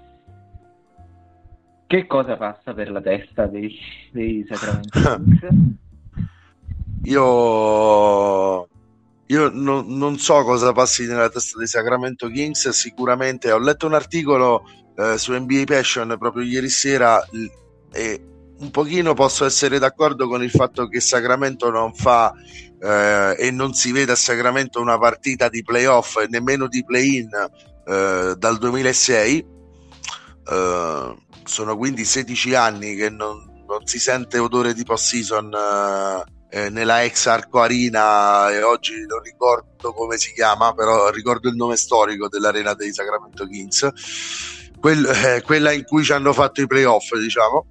Che cosa passa per la testa dei Sacramento Kings? Io non so cosa passi nella testa dei Sacramento Kings. Sicuramente ho letto un articolo su NBA Passion proprio ieri sera e un pochino posso essere d'accordo con il fatto che Sacramento non fa e non si vede a Sacramento una partita di playoff e nemmeno di play-in dal 2006. Sono quindi 16 anni che non si sente odore di post-season nella ex Arco Arena, e oggi non ricordo come si chiama, però ricordo il nome storico dell'arena dei Sacramento Kings, quella in cui ci hanno fatto i playoff, diciamo.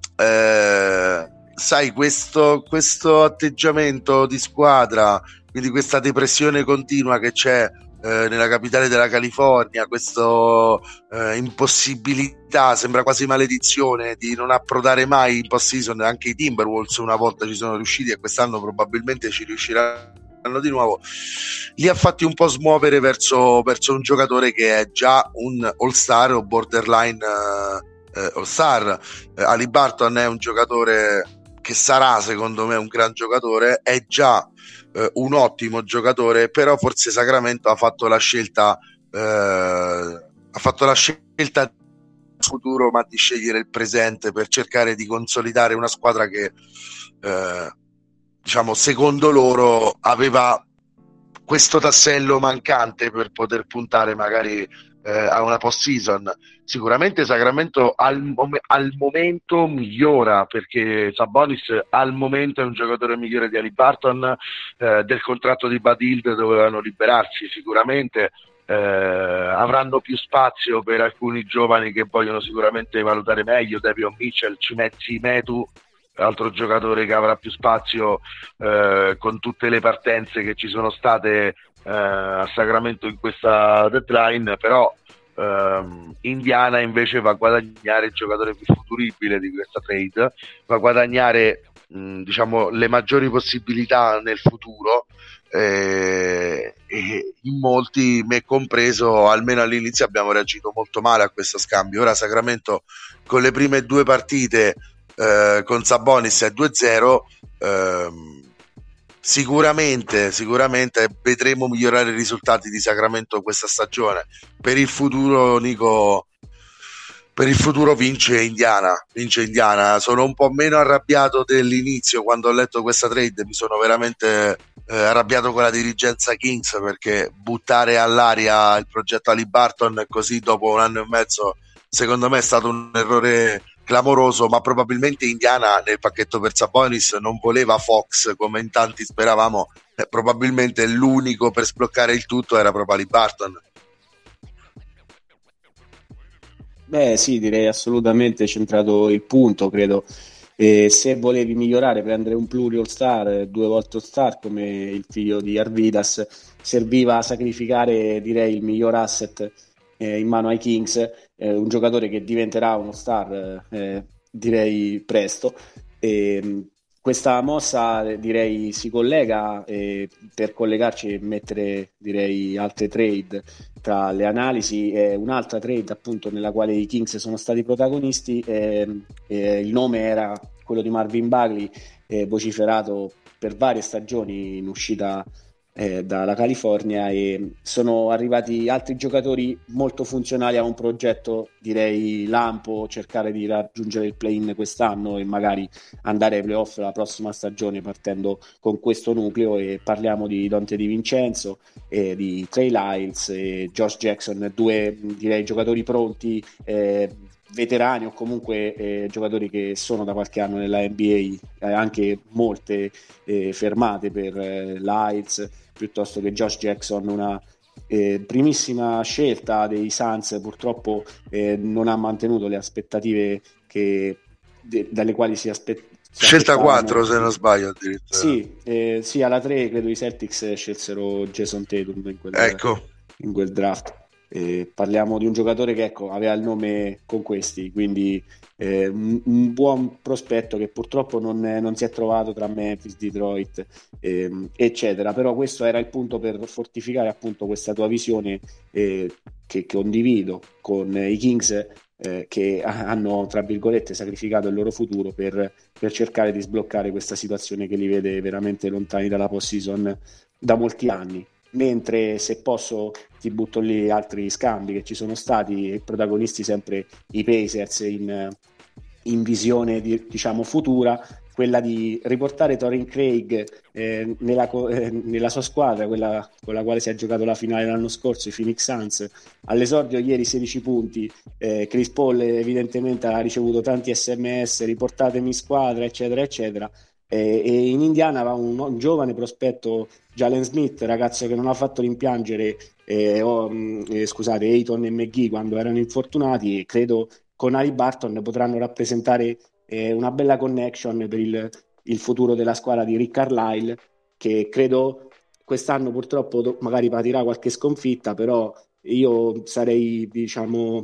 Sai, questo atteggiamento di squadra, quindi questa depressione continua che c'è nella capitale della California, questa impossibilità, sembra quasi maledizione, di non approdare mai in post-season. Anche i Timberwolves una volta ci sono riusciti e quest'anno probabilmente ci riusciranno di nuovo. Li ha fatti un po' smuovere verso un giocatore che è già un all-star o borderline all-star. Haliburton è un giocatore che sarà, secondo me, un gran giocatore, è già un ottimo giocatore, però forse Sacramento ha fatto la scelta del futuro, ma di scegliere il presente per cercare di consolidare una squadra che diciamo, secondo loro aveva questo tassello mancante per poter puntare magari a una post-season. Sicuramente Sacramento al momento migliora, perché Sabonis al momento è un giocatore migliore di Haliburton. Del contratto di Buddy Hield dovevano liberarsi sicuramente. Avranno più spazio per alcuni giovani che vogliono sicuramente valutare meglio. Davion Mitchell, Cimezzi Metu, altro giocatore che avrà più spazio con tutte le partenze che ci sono state a Sacramento in questa deadline. Però Indiana invece va a guadagnare il giocatore più futuribile di questa trade, va a guadagnare diciamo le maggiori possibilità nel futuro, e in molti, me compreso, almeno all'inizio abbiamo reagito molto male a questo scambio. Ora Sacramento con le prime 2 partite con Sabonis è 2-0. Sicuramente vedremo migliorare i risultati di Sacramento questa stagione. Per il futuro, Nico, vince Indiana. Sono un po' meno arrabbiato dell'inizio. Quando ho letto questa trade mi sono veramente arrabbiato con la dirigenza Kings, perché buttare all'aria il progetto Haliburton così dopo 1 anno e mezzo, secondo me è stato un errore clamoroso, ma probabilmente Indiana nel pacchetto per Sabonis non voleva Fox come in tanti speravamo, probabilmente l'unico per sbloccare il tutto era proprio Haliburton. Beh sì, direi assolutamente centrato il punto, credo. Se volevi migliorare, prendere un pluri all-star, 2 volte all-star come il figlio di Arvidas, serviva a sacrificare, direi, il miglior asset in mano ai Kings, un giocatore che diventerà uno star, direi presto. Questa mossa, direi, si collega, per collegarci e mettere, direi, altre trade tra le analisi. Un'altra trade appunto nella quale i Kings sono stati protagonisti, il nome era quello di Marvin Bagley, vociferato per varie stagioni in uscita dalla California, e sono arrivati altri giocatori molto funzionali a un progetto, direi, lampo, cercare di raggiungere il play-in quest'anno e magari andare ai playoff la prossima stagione partendo con questo nucleo. E parliamo di Dante Di Vincenzo, di Trey Lyles e Josh Jackson, 2, direi, giocatori pronti, veterani o comunque giocatori che sono da qualche anno nella NBA, anche molte fermate per Lyles piuttosto che Josh Jackson. Una primissima scelta dei Suns, purtroppo non ha mantenuto le aspettative dalle quali si scelta 4 se non sbaglio addirittura. Sì, alla 3 credo i Celtics scelsero Jason Tatum in quel draft. Parliamo di un giocatore che, ecco, aveva il nome con questi, quindi un buon prospetto che purtroppo non si è trovato tra Memphis, Detroit, eccetera. Però questo era il punto per fortificare appunto questa tua visione, che condivido con i Kings, che hanno, tra virgolette, sacrificato il loro futuro per cercare di sbloccare questa situazione che li vede veramente lontani dalla postseason da molti anni. Mentre, se posso, ti butto lì altri scambi che ci sono stati, protagonisti sempre i Pacers in visione diciamo futura, quella di riportare Torrey Craig nella sua squadra, quella con la quale si è giocato la finale l'anno scorso, i Phoenix Suns. All'esordio ieri 16 punti, Chris Paul evidentemente ha ricevuto tanti SMS, riportatemi in squadra, eccetera eccetera. E in Indiana va un giovane prospetto, Jalen Smith, ragazzo che non ha fatto rimpiangere scusate, Ayton e McGee quando erano infortunati, e credo con Haliburton potranno rappresentare una bella connection per il futuro della squadra di Rick Carlisle, che credo quest'anno purtroppo magari patirà qualche sconfitta, però io sarei, diciamo,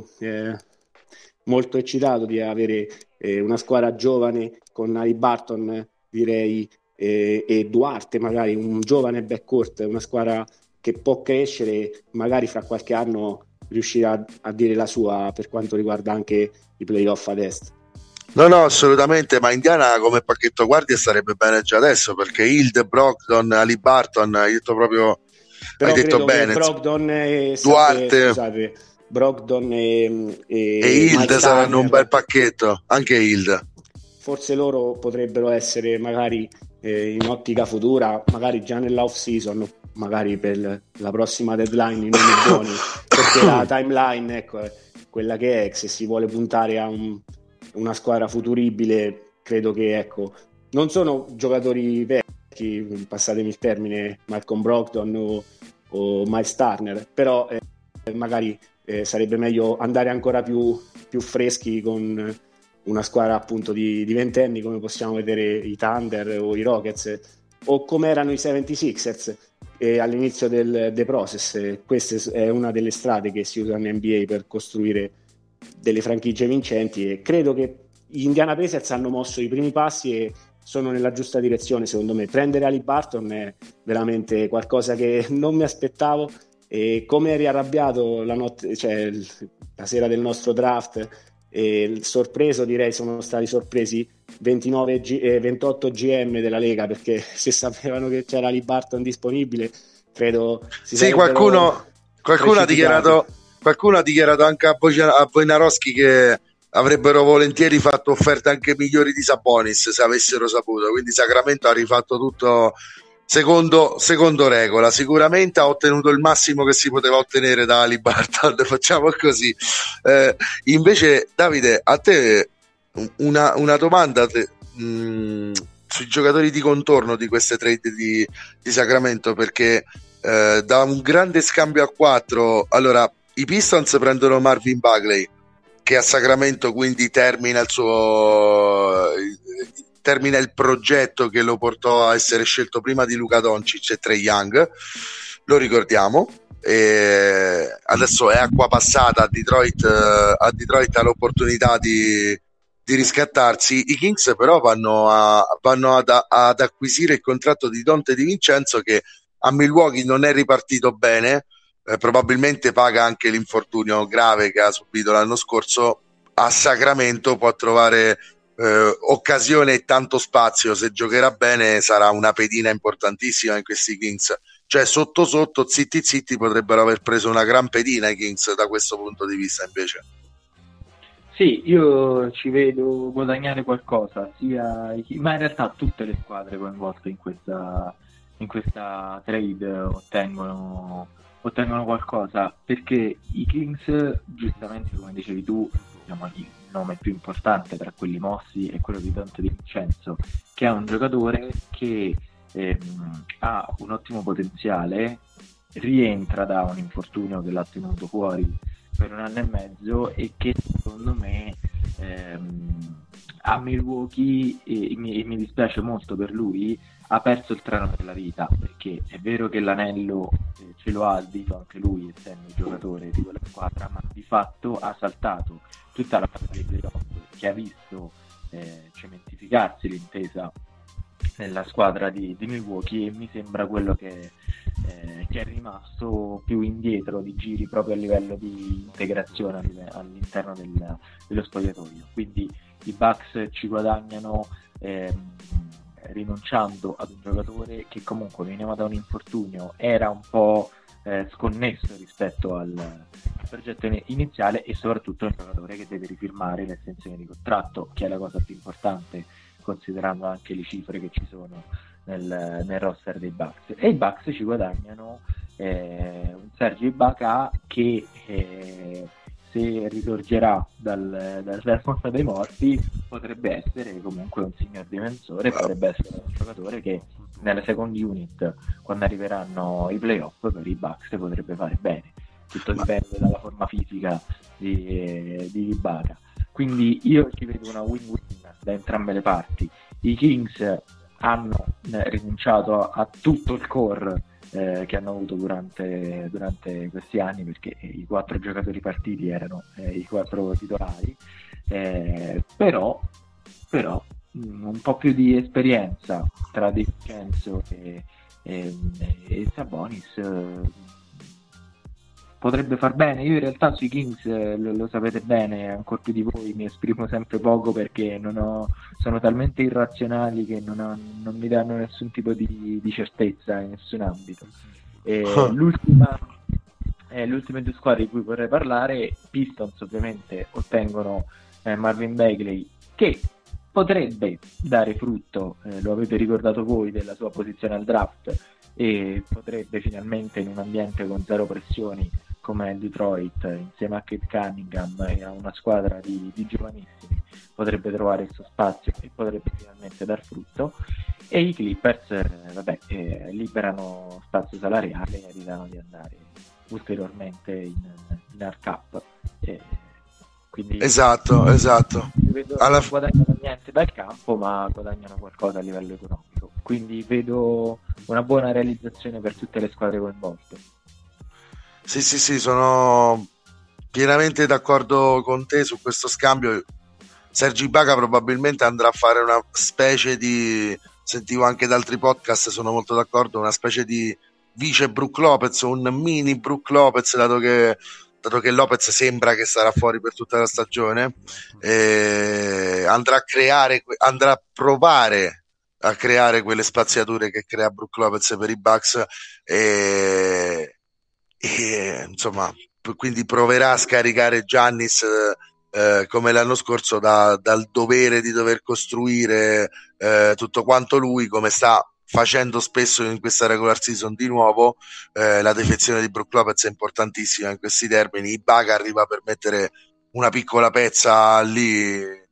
molto eccitato di avere una squadra giovane con Haliburton, direi, e Duarte, magari un giovane backcourt, una squadra che può crescere, magari fra qualche anno riuscirà a dire la sua per quanto riguarda anche i playoff ad est. No, assolutamente, ma Indiana come pacchetto guardie starebbe bene già adesso, perché Hield, Brogdon, Haliburton, hai detto proprio, però hai detto bene. Brogdon Duarte, scusate, Brogdon e Hield saranno un bel pacchetto, anche Hield. Forse loro potrebbero essere magari in ottica futura, magari già nell'off season, magari per la prossima deadline, i nomi buoni, perché la timeline, ecco, è quella che è. Se si vuole puntare a una squadra futuribile, credo che, ecco, non sono giocatori vecchi, passatemi il termine, Malcolm Brogdon o Miles Turner, però magari sarebbe meglio andare ancora più freschi con una squadra appunto di ventenni, come possiamo vedere i Thunder o i Rockets, o come erano i 76ers all'inizio del The Process. Questa è una delle strade che si usano in NBA per costruire delle franchigie vincenti, e credo che gli Indiana Pacers hanno mosso i primi passi e sono nella giusta direzione. Secondo me prendere Haliburton è veramente qualcosa che non mi aspettavo, e come eri arrabbiato la sera del nostro draft, sorpreso, direi sono stati sorpresi 28 GM della Lega, perché se sapevano che c'era Haliburton disponibile, credo qualcuno ha dichiarato anche a Wojnarowski che avrebbero volentieri fatto offerte anche migliori di Sabonis se avessero saputo, quindi Sacramento ha rifatto tutto secondo regola. Sicuramente ha ottenuto il massimo che si poteva ottenere da Haliburton, facciamo così. Invece Davide, a te una domanda sui giocatori di contorno di queste trade di Sacramento, perché da un grande scambio a 4, allora i Pistons prendono Marvin Bagley, che a Sacramento quindi termina il progetto che lo portò a essere scelto prima di Luka Doncic e Trae Young, lo ricordiamo. Adesso è acqua passata, a Detroit ha l'opportunità di riscattarsi. I Kings però vanno ad acquisire il contratto di Donte Di Vincenzo, che a Milwaukee non è ripartito bene, probabilmente paga anche l'infortunio grave che ha subito l'anno scorso. A Sacramento può trovare occasione e tanto spazio. Se giocherà bene sarà una pedina importantissima in questi Kings, cioè sotto zitti potrebbero aver preso una gran pedina i Kings da questo punto di vista. Invece sì, io ci vedo guadagnare qualcosa, ma in realtà tutte le squadre coinvolte in questa trade ottengono qualcosa, perché i Kings, giustamente come dicevi tu, diciamo, il nome più importante tra quelli mossi è quello di Donte Di Vincenzo, che è un giocatore che ha un ottimo potenziale, rientra da un infortunio che l'ha tenuto fuori per 1 anno e mezzo, e che secondo me a Milwaukee, e mi dispiace molto per lui, ha perso il treno della vita, perché è vero che l'anello ce lo ha al dito anche lui, essendo giocatore di quella squadra, ma di fatto ha saltato tutta la fase dei playoff, che ha visto cementificarsi l'intesa nella squadra di Milwaukee, e mi sembra quello che è rimasto più indietro di giri proprio a livello di integrazione all'interno dello spogliatoio. Quindi i Bucks ci guadagnano rinunciando ad un giocatore che comunque veniva da un infortunio, era un po' sconnesso rispetto al progetto iniziale, e soprattutto un giocatore che deve rifirmare l'estensione di contratto, che è la cosa più importante considerando anche le cifre che ci sono nel roster dei Bucks. E i Bucks ci guadagnano un Serge Ibaka che se risorgerà dal mondo dei morti potrebbe essere comunque un signor difensore, potrebbe essere un giocatore che nella second unit, quando arriveranno i playoff, per i Bucks potrebbe fare bene. Tutto dipende dalla forma fisica di Ibaka. Quindi io ci vedo una win-win da entrambe le parti. I Kings hanno rinunciato a tutto il core che hanno avuto durante questi anni, perché i 4 giocatori partiti erano i 4 titolari, però un po' più di esperienza tra Di Vincenzo e Sabonis potrebbe far bene. Io in realtà sui Kings lo sapete bene, ancora più di voi mi esprimo sempre poco, perché sono talmente irrazionali che non mi danno nessun tipo di certezza in nessun ambito. Le ultime 2 squadre di cui vorrei parlare, Pistons ovviamente ottengono Marvin Bagley, che potrebbe dare frutto, lo avete ricordato voi, della sua posizione al draft, e potrebbe finalmente, in un ambiente con zero pressioni come il Detroit, insieme a Kate Cunningham e a una squadra di giovanissimi, potrebbe trovare il suo spazio e potrebbe finalmente dar frutto. E i Clippers liberano spazio salariale e evitano di andare ulteriormente in hard cap, quindi esatto. Non guadagnano niente dal campo, ma guadagnano qualcosa a livello economico, quindi vedo una buona realizzazione per tutte le squadre coinvolte. Sì, sono pienamente d'accordo con te su questo scambio. Serge Ibaka probabilmente andrà a fare una specie di, sentivo anche da altri podcast, sono molto d'accordo, una specie di vice Brook Lopez, un mini Brook Lopez, dato che Lopez sembra che sarà fuori per tutta la stagione. Andrà a provare a creare quelle spaziature che crea Brook Lopez per i Bucks, e insomma, quindi proverà a scaricare Giannis come l'anno scorso dal dovere di dover costruire tutto quanto lui, come sta facendo spesso in questa regular season di nuovo. La defezione di Brook Lopez è importantissima in questi termini. Ibaka arriva per mettere una piccola pezza lì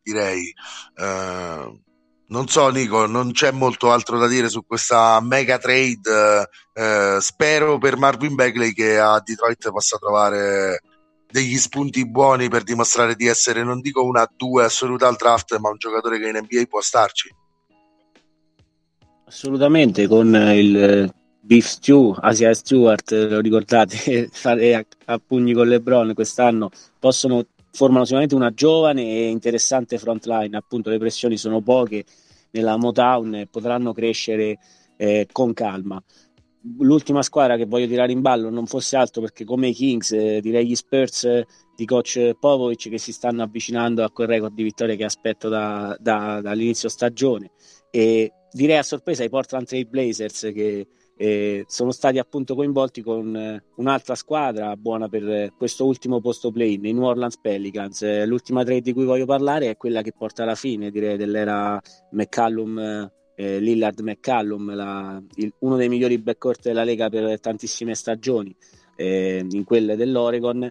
direi. Non so, Nico, non c'è molto altro da dire su questa mega trade. Spero per Marvin Bagley che a Detroit possa trovare degli spunti buoni per dimostrare di essere, non dico una 2 assoluta al draft, ma un giocatore che in NBA può starci. Assolutamente, con il Beef Stew, Asia Stewart, lo ricordate, fare a pugni con LeBron quest'anno, formano sicuramente una giovane e interessante front line, appunto le pressioni sono poche nella Motown e potranno crescere con calma. L'ultima squadra che voglio tirare in ballo non fosse altro perché come i Kings, direi gli Spurs di coach Popovich che si stanno avvicinando a quel record di vittorie che aspetto dall'inizio stagione, e direi a sorpresa i Portland Trail Blazers che sono stati appunto coinvolti con un'altra squadra buona per questo ultimo posto play-in, i New Orleans Pelicans. L'ultima trade di cui voglio parlare è quella che porta alla fine, direi, dell'era McCallum, Lillard-McCallum, uno dei migliori backcourt della Lega per tantissime stagioni, in quelle dell'Oregon,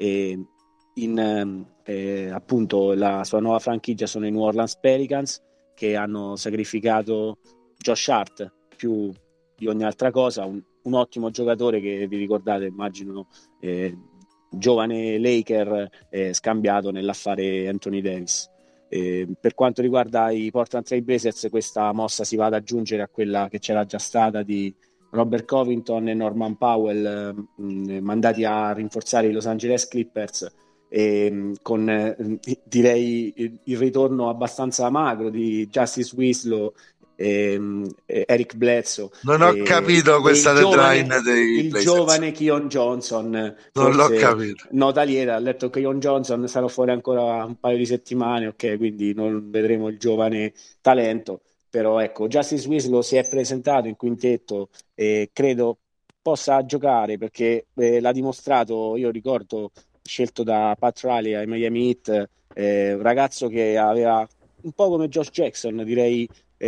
appunto la sua nuova franchigia sono i New Orleans Pelicans, che hanno sacrificato Josh Hart più di ogni altra cosa, un ottimo giocatore che vi ricordate, immagino, giovane Laker scambiato nell'affare Anthony Davis. Per quanto riguarda i Portland Trail Blazers, questa mossa si va ad aggiungere a quella che c'era già stata di Robert Covington e Norman Powell, mandati a rinforzare i Los Angeles Clippers, con direi il ritorno abbastanza magro di Justice Winslow, Eric Bledsoe. Non ho capito questa deadline dei il Blazers. Giovane Keon Johnson, non l'ho capito. Nota lieta, ha letto Keon Johnson sarà fuori ancora un paio di settimane, ok, quindi non vedremo il giovane talento, però ecco, Justice Winslow si è presentato in quintetto e credo possa giocare perché l'ha dimostrato. Io ricordo, scelto da Pat Riley ai Miami Heat, un ragazzo che aveva un po' come Josh Jackson, direi,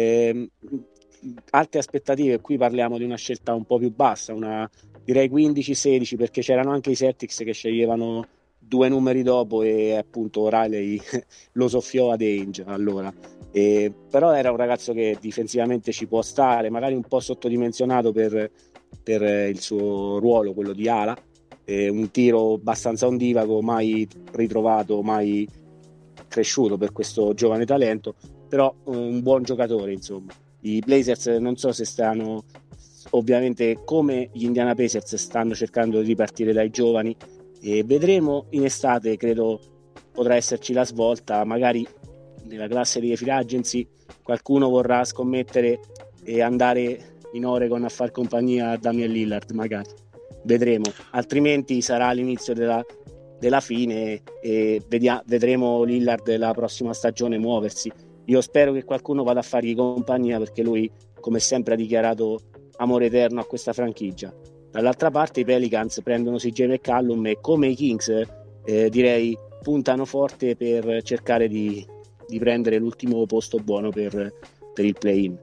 alte aspettative. Qui parliamo di una scelta un po' più bassa, direi 15-16, perché c'erano anche i Celtics che sceglievano 2 numeri dopo e appunto Riley lo soffiò ad Ainge allora. Però era un ragazzo che difensivamente ci può stare, magari un po' sottodimensionato per il suo ruolo, quello di ala, un tiro abbastanza ondivago, mai ritrovato, mai cresciuto per questo giovane talento, però un buon giocatore, insomma. I Blazers non so se stanno, ovviamente come gli Indiana Pacers, stanno cercando di ripartire dai giovani e vedremo in estate, credo potrà esserci la svolta, magari nella classe di free agency qualcuno vorrà scommettere e andare in Oregon a far compagnia a Damian Lillard, magari vedremo, altrimenti sarà l'inizio della fine e vedremo Lillard la prossima stagione muoversi. Io spero che qualcuno vada a fargli compagnia perché lui, come sempre, ha dichiarato amore eterno a questa franchigia. Dall'altra parte i Pelicans prendono CJ McCallum e come i Kings direi puntano forte per cercare di prendere l'ultimo posto buono per il play-in.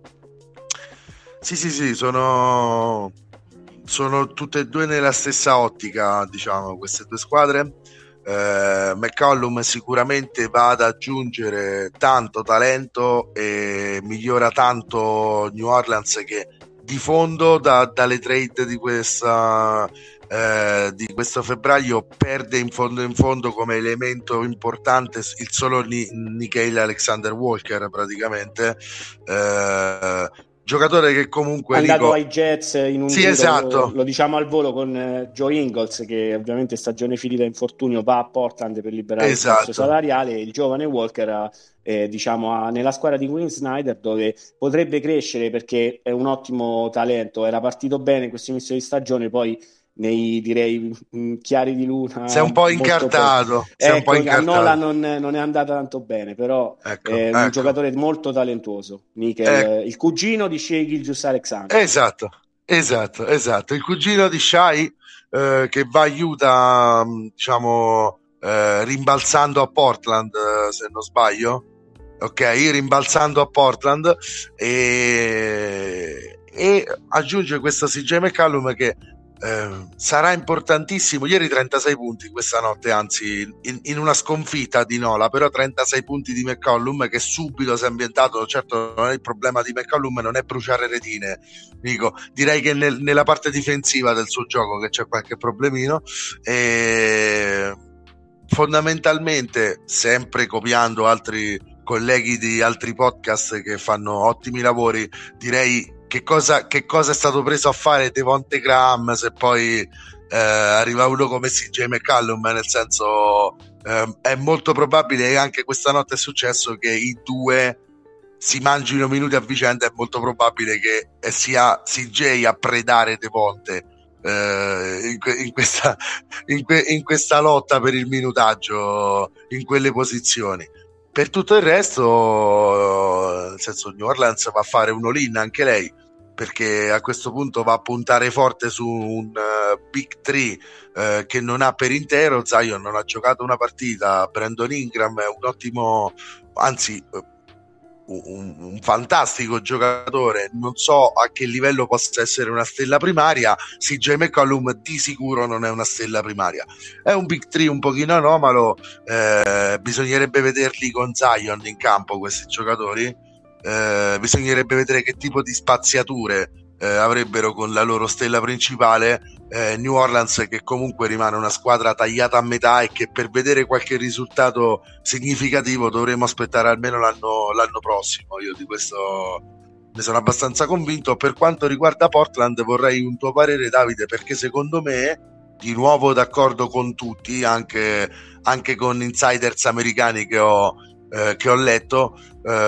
Sì, sono tutte e due nella stessa ottica, diciamo, queste due squadre. McCollum sicuramente va ad aggiungere tanto talento e migliora tanto New Orleans, che di fondo dalle trade di questo febbraio perde in fondo come elemento importante il solo Nickeil Alexander Walker, praticamente giocatore che comunque è andato ai Jets in un giro, esatto. Lo diciamo al volo, con Joe Ingles, che ovviamente stagione finita infortunio va a Portland per liberare il spazio salariale. Il giovane Walker nella squadra di Quinn Snyder, dove potrebbe crescere perché è un ottimo talento, era partito bene in questo inizio di stagione, poi nei direi chiari di luna si è un po' incartato, a Nola non è andata tanto bene, però è un giocatore molto talentuoso, Nickel, il cugino di Shai Gilgeous-Alexander. Esatto, il cugino di Shai, che va aiuta, diciamo, rimbalzando a Portland, se non sbaglio, rimbalzando a Portland, e aggiunge questo CJ McCallum che sarà importantissimo. Ieri 36 punti questa notte, anzi in una sconfitta di Nola, però 36 punti di McCollum che subito si è ambientato. Certo, non è il problema di McCollum, non è bruciare retine, dico, direi che nella parte difensiva del suo gioco che c'è qualche problemino, e fondamentalmente, sempre copiando altri colleghi di altri podcast che fanno ottimi lavori, direi che cosa è stato preso a fare Devonte Graham se poi arriva uno come CJ McCollum, nel senso è molto probabile, e anche questa notte è successo, che i due si mangino minuti a vicenda. È molto probabile che sia CJ a predare Devonte in questa lotta per il minutaggio in quelle posizioni. Per tutto il resto, nel senso, New Orleans va a fare un all-in anche lei, perché a questo punto va a puntare forte su un Big 3 che non ha per intero. Zion non ha giocato una partita, Brandon Ingram è un ottimo, anzi un fantastico giocatore, non so a che livello possa essere una stella primaria. CJ McCollum di sicuro non è una stella primaria, è un Big 3 un pochino anomalo. Bisognerebbe vederli con Zion in campo questi giocatori, bisognerebbe vedere che tipo di spaziature avrebbero con la loro stella principale. New Orleans, che comunque rimane una squadra tagliata a metà e che per vedere qualche risultato significativo dovremo aspettare almeno l'anno prossimo. Io di questo ne sono abbastanza convinto. Per quanto riguarda Portland, vorrei un tuo parere, Davide, perché secondo me, di nuovo d'accordo con tutti, anche con insiders americani che ho letto,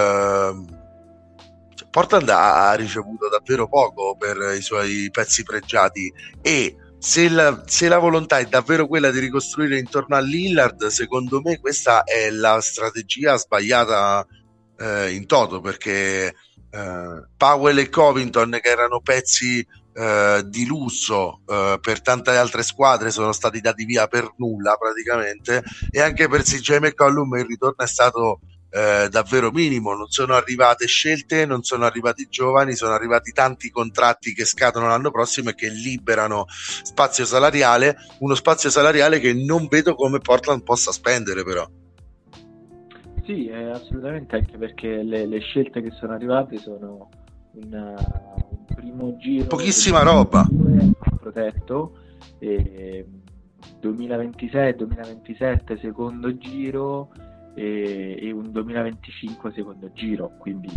Portland ha ricevuto davvero poco per i suoi pezzi pregiati, e se la volontà è davvero quella di ricostruire intorno a Lillard, secondo me questa è la strategia sbagliata in toto, perché Powell e Covington, che erano pezzi di lusso per tante altre squadre, sono stati dati via per nulla praticamente, e anche per CJ McCollum il ritorno è stato davvero minimo. Non sono arrivate scelte, non sono arrivati giovani, sono arrivati tanti contratti che scadono l'anno prossimo e che liberano spazio salariale, uno spazio salariale che non vedo come Portland possa spendere, però. Sì, assolutamente, anche perché le scelte che sono arrivate sono un primo giro, pochissima roba, protetto, 2026-2027 secondo giro e un 2025 secondo giro, quindi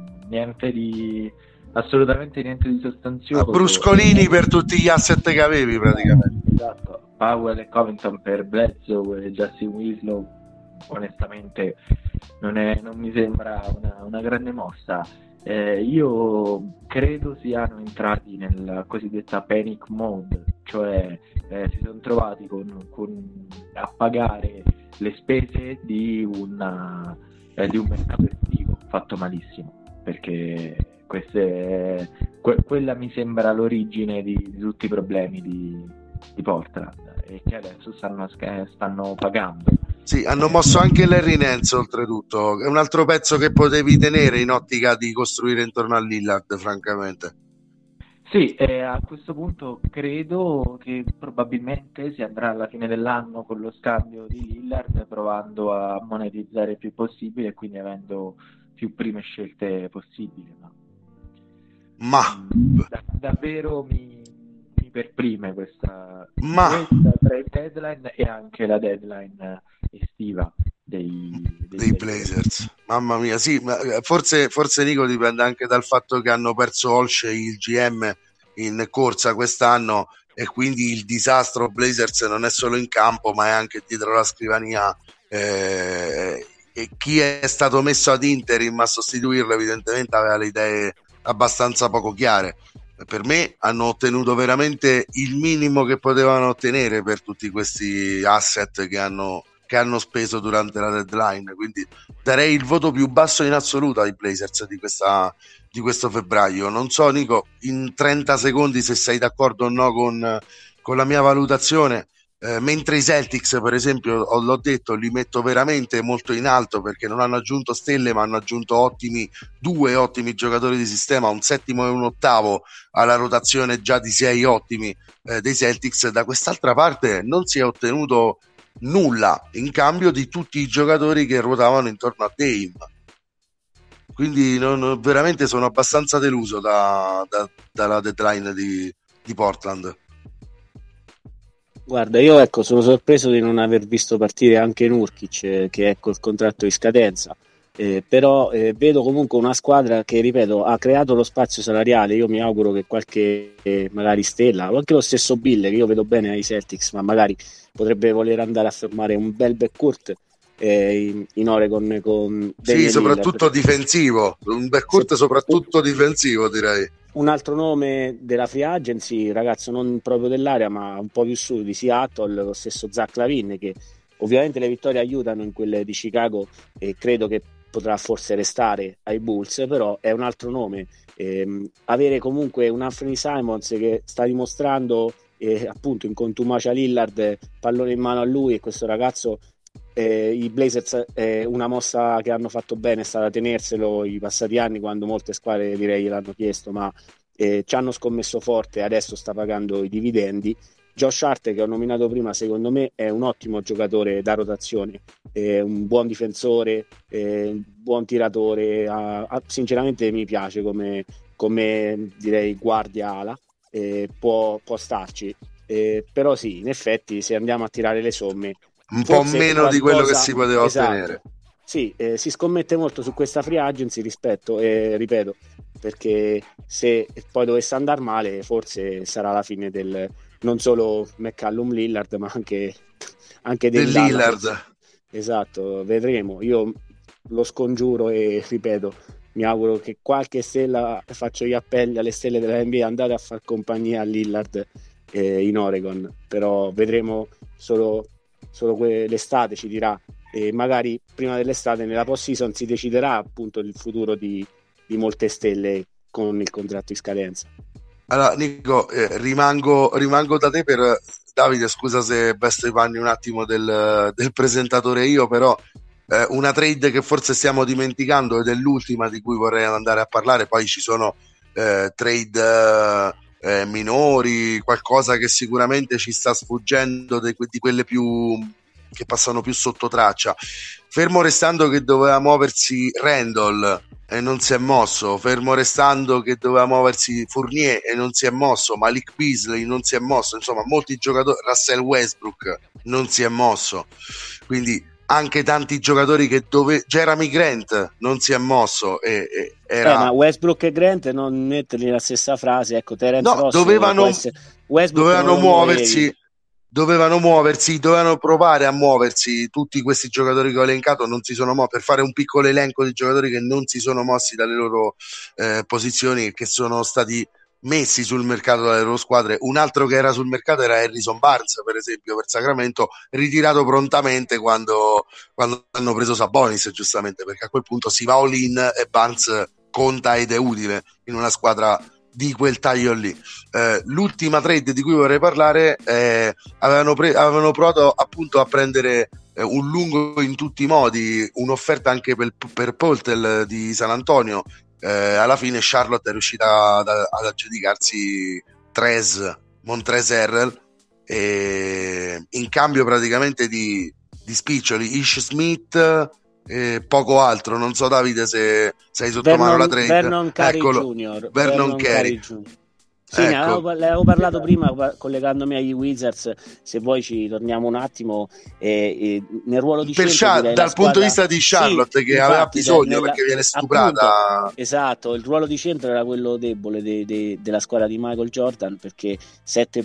assolutamente niente di sostanzioso. Bruscolini per tutti gli asset che avevi praticamente. Esatto, Powell e Covington per Bledsoe e Justin Winslow, onestamente non mi sembra una grande mossa. Io credo siano entrati nella cosiddetta panic mode, cioè si sono trovati a pagare le spese di un mercato estivo fatto malissimo, perché quella mi sembra l'origine di tutti i problemi di Portland, e che adesso stanno pagando. Sì, hanno mosso anche Larry Nance, oltretutto, è un altro pezzo che potevi tenere in ottica di costruire intorno a Lillard, francamente. Sì, a questo punto credo che probabilmente si andrà alla fine dell'anno con lo scambio di Lillard, provando a monetizzare il più possibile e quindi avendo più prime scelte possibili. Ma davvero mi perprime questa trade deadline e anche la deadline estiva dei Blazers. Mamma mia, sì, ma forse Nico, dipende anche dal fatto che hanno perso Olshey, il GM, in corsa quest'anno, e quindi il disastro Blazers non è solo in campo ma è anche dietro la scrivania, e chi è stato messo ad interim a sostituirlo evidentemente aveva le idee abbastanza poco chiare. Per me hanno ottenuto veramente il minimo che potevano ottenere per tutti questi asset che hanno speso durante la deadline, quindi darei il voto più basso in assoluto ai Blazers di questo febbraio. Non so, Nico, in 30 secondi se sei d'accordo o no con la mia valutazione, mentre i Celtics, per esempio, l'ho detto, li metto veramente molto in alto perché non hanno aggiunto stelle, ma hanno aggiunto due ottimi giocatori di sistema, un settimo e un ottavo alla rotazione già di 6 ottimi dei Celtics. Da quest'altra parte non si è ottenuto nulla in cambio di tutti i giocatori che ruotavano intorno a Dame. Quindi veramente sono abbastanza deluso dalla deadline di Portland. Guarda, io sono sorpreso di non aver visto partire anche Nurkic, che è col contratto di scadenza, però vedo comunque una squadra che, ripeto, ha creato lo spazio salariale. Io mi auguro che qualche magari stella, o anche lo stesso Bill, che io vedo bene ai Celtics, ma magari potrebbe voler andare a formare un bel backcourt in Oregon con Damian sì, soprattutto Lillard. Difensivo, un backcourt soprattutto difensivo, direi. Un altro nome della free agency, ragazzo, non proprio dell'area ma un po' più su di Seattle, lo stesso Zach LaVine, che ovviamente le vittorie aiutano in quelle di Chicago e credo che potrà forse restare ai Bulls, però è un altro nome. Avere comunque un Anthony Simons che sta dimostrando appunto in contumacia Lillard, pallone in mano a lui, e questo ragazzo, i Blazers, una mossa che hanno fatto bene è stata tenerselo i passati anni, quando molte squadre direi gliel'hanno chiesto, ma ci hanno scommesso forte e adesso sta pagando i dividendi. Josh Hart, che ho nominato prima, secondo me è un ottimo giocatore da rotazione, un buon difensore, un buon tiratore, sinceramente mi piace come direi guardia ala, può starci, però sì, in effetti se andiamo a tirare le somme un po' meno di quello che si poteva ottenere. Sì, si scommette molto su questa free agency ripeto, perché se poi dovesse andare male forse sarà la fine del non solo McCallum Lillard ma anche del Lillard. Esatto, vedremo. Io lo scongiuro e ripeto, mi auguro che qualche stella, faccio gli appelli alle stelle della NBA, andate a far compagnia a Lillard in Oregon, però vedremo solo l'estate ci dirà, e magari prima dell'estate nella post season si deciderà appunto il futuro di molte stelle con il contratto in scadenza. Allora Nico, rimango da te per Davide, scusa se vesto i panni un attimo del presentatore io, però una trade che forse stiamo dimenticando ed è l'ultima di cui vorrei andare a parlare, poi ci sono trade minori, qualcosa che sicuramente ci sta sfuggendo di quelle più che passano più sotto traccia, fermo restando che doveva muoversi Randall e non si è mosso, fermo restando che doveva muoversi Fournier e non si è mosso, Malik Beasley non si è mosso, insomma molti giocatori, Russell Westbrook non si è mosso, quindi anche tanti giocatori che Jeremy Grant non si è mosso ma Westbrook e Grant non metterli nella stessa frase, ecco, Terence Ross dovevano muoversi, dovevano provare a muoversi. Tutti questi giocatori che ho elencato non si sono mossi, per fare un piccolo elenco di giocatori che non si sono mossi dalle loro posizioni, che sono stati messi sul mercato dalle loro squadre. Un altro che era sul mercato era Harrison Barnes, per esempio, per Sacramento, ritirato prontamente quando hanno preso Sabonis, giustamente, perché a quel punto si va all in e Barnes conta ed è utile in una squadra di quel taglio lì. L'ultima trade di cui vorrei parlare, avevano provato appunto a prendere un lungo in tutti i modi, un'offerta anche per Poltel di San Antonio. Alla fine Charlotte è riuscita ad aggiudicarsi Montrezl Harrell, in cambio praticamente di spiccioli, Ish Smith e poco altro. Non so Davide se hai sotto mano la trade. Vernon Carey Jr. Vernon Carey. Sì, ecco. Ne avevo parlato prima collegandomi agli Wizards, se vuoi ci torniamo un attimo, nel ruolo di centro dal punto di vista di Charlotte, sì, che infatti, aveva bisogno perché viene stuprata, appunto, esatto, il ruolo di centro era quello debole della squadra di Michael Jordan, perché 7-8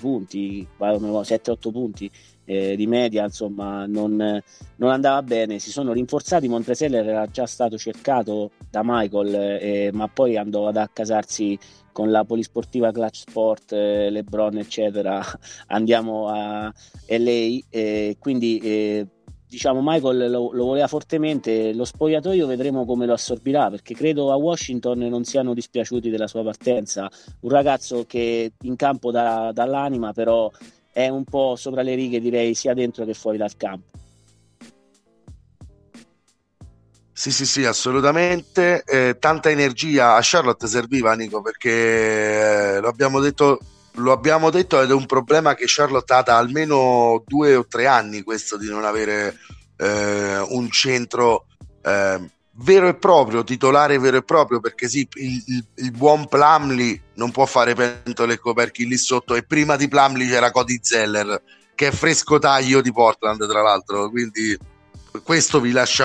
punti di media, insomma non andava bene. Si sono rinforzati, Montrezl era già stato cercato da Michael, ma poi andò ad accasarsi con la polisportiva Clutch Sport, LeBron eccetera, andiamo a LA, quindi diciamo Michael lo voleva fortemente. Lo spogliatoio vedremo come lo assorbirà, perché credo a Washington non siano dispiaciuti della sua partenza, un ragazzo che in campo dà l'anima, però è un po' sopra le righe, direi, sia dentro che fuori dal campo. Sì, assolutamente. Tanta energia a Charlotte serviva, Nico, perché lo abbiamo detto ed è un problema che Charlotte ha da almeno 2 o 3 anni, questo di non avere un centro vero e proprio, titolare vero e proprio, perché sì, il buon Plumlee non può fare pentole e coperchi lì sotto, e prima di Plumlee c'era Cody Zeller, che è fresco taglio di Portland, tra l'altro, quindi questo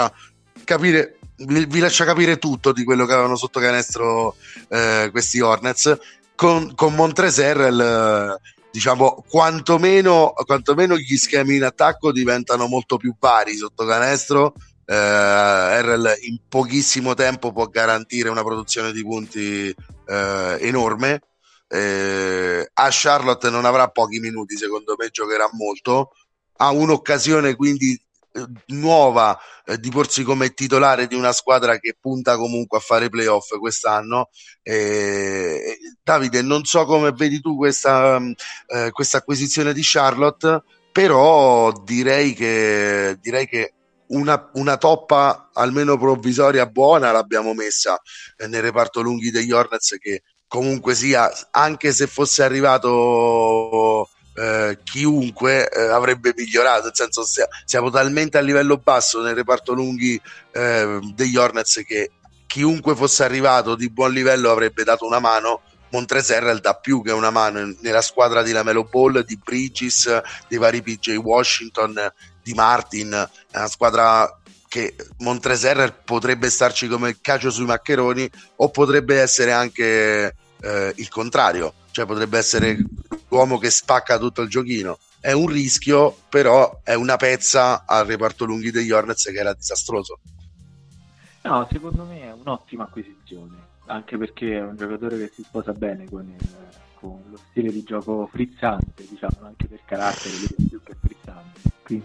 vi lascia capire tutto di quello che avevano sotto canestro questi Hornets. Con Montrezl, diciamo, quantomeno gli schemi in attacco diventano molto più vari sotto canestro. Harrell in pochissimo tempo può garantire una produzione di punti enorme. A Charlotte non avrà pochi minuti, secondo me giocherà molto. Ha un'occasione quindi nuova di porsi come titolare di una squadra che punta comunque a fare playoff quest'anno. Davide, non so come vedi tu questa acquisizione di Charlotte, però direi che una toppa almeno provvisoria buona l'abbiamo messa nel reparto lunghi degli Hornets, che comunque sia, anche se fosse arrivato chiunque avrebbe migliorato, nel senso siamo talmente a livello basso nel reparto lunghi degli Hornets che chiunque fosse arrivato di buon livello avrebbe dato una mano. Montrezl dà più che una mano nella squadra di LaMelo Ball, di Bridges, dei vari PJ Washington, di Martin. È una squadra che Montrezl potrebbe starci come cacio sui maccheroni, o potrebbe essere anche il contrario, cioè potrebbe essere l'uomo che spacca tutto il giochino. È un rischio, però è una pezza al reparto lunghi degli Hornets che era disastroso. No, secondo me è un'ottima acquisizione, anche perché è un giocatore che si sposa bene con lo stile di gioco frizzante, diciamo, anche per carattere, lui è più che frizzante.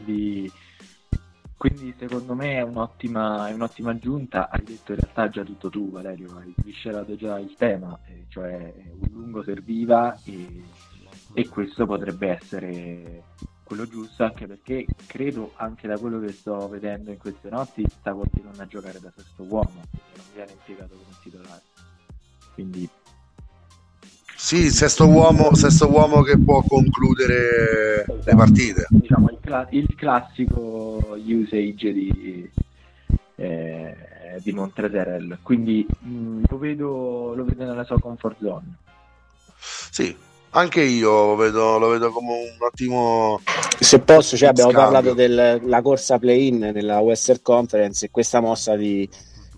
Quindi secondo me è un'ottima aggiunta. Hai detto in realtà già tutto tu, Valerio, hai sviscerato già il tema, cioè un lungo serviva e questo potrebbe essere quello giusto, anche perché credo, anche da quello che sto vedendo in queste notti, sta continuando a giocare da sesto uomo, non viene impiegato come titolare. Quindi sì, sesto uomo che può concludere le partite. Diciamo il classico usage di Montrezl, quindi lo vedo nella sua comfort zone. Sì, anche io lo vedo come un ottimo. Se posso, abbiamo parlato della corsa play-in nella Western Conference, e questa mossa dei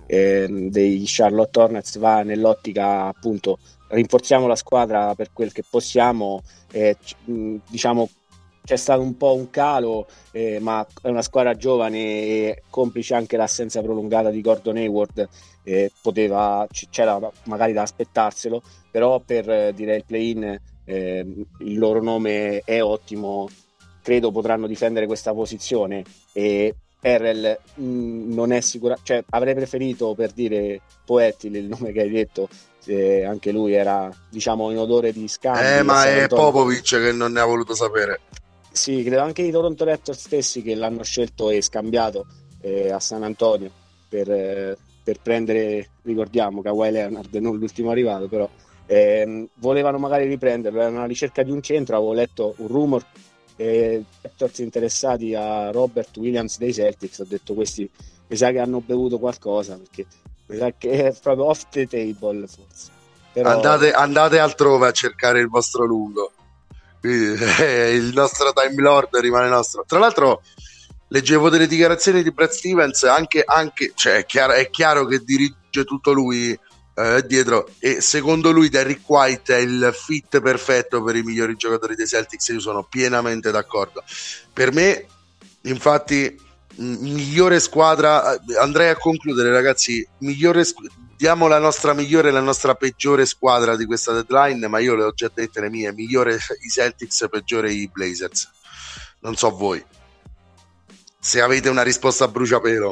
Charlotte Hornets va nell'ottica, appunto, rinforziamo la squadra per quel che possiamo. Diciamo c'è stato un po' un calo, ma è una squadra giovane e complice anche l'assenza prolungata di Gordon Hayward, c'era magari da aspettarselo, però per direi il play-in il loro nome è ottimo, credo potranno difendere questa posizione. E Harrell non è sicuro, cioè avrei preferito, per dire Poetti, il nome che hai detto, anche lui era, diciamo, in odore di scambio, ma è Popovic che non ne ha voluto sapere. Sì, credo anche i Toronto Raptors stessi che l'hanno scelto e scambiato a San Antonio per prendere, ricordiamo, Kawhi Leonard, non l'ultimo arrivato, però volevano magari riprenderlo, erano alla ricerca di un centro. Avevo letto un rumor, Raptors interessati a Robert Williams dei Celtics. Ho detto, questi mi sa che hanno bevuto qualcosa, perché mi sa che è proprio off the table, forse. Però andate altrove a cercare il vostro lungo. Il nostro Time Lord rimane nostro. Tra l'altro leggevo delle dichiarazioni di Brad Stevens, anche cioè è chiaro che dirige tutto lui dietro, e secondo lui Derrick White è il fit perfetto per i migliori giocatori dei Celtics. Io sono pienamente d'accordo. Per me, infatti, migliore squadra, andrei a concludere, ragazzi, diamo la nostra migliore e la nostra peggiore squadra di questa deadline, ma io le ho già dette le mie: migliore i Celtics, peggiore i Blazers. Non so voi, se avete una risposta a bruciapelo.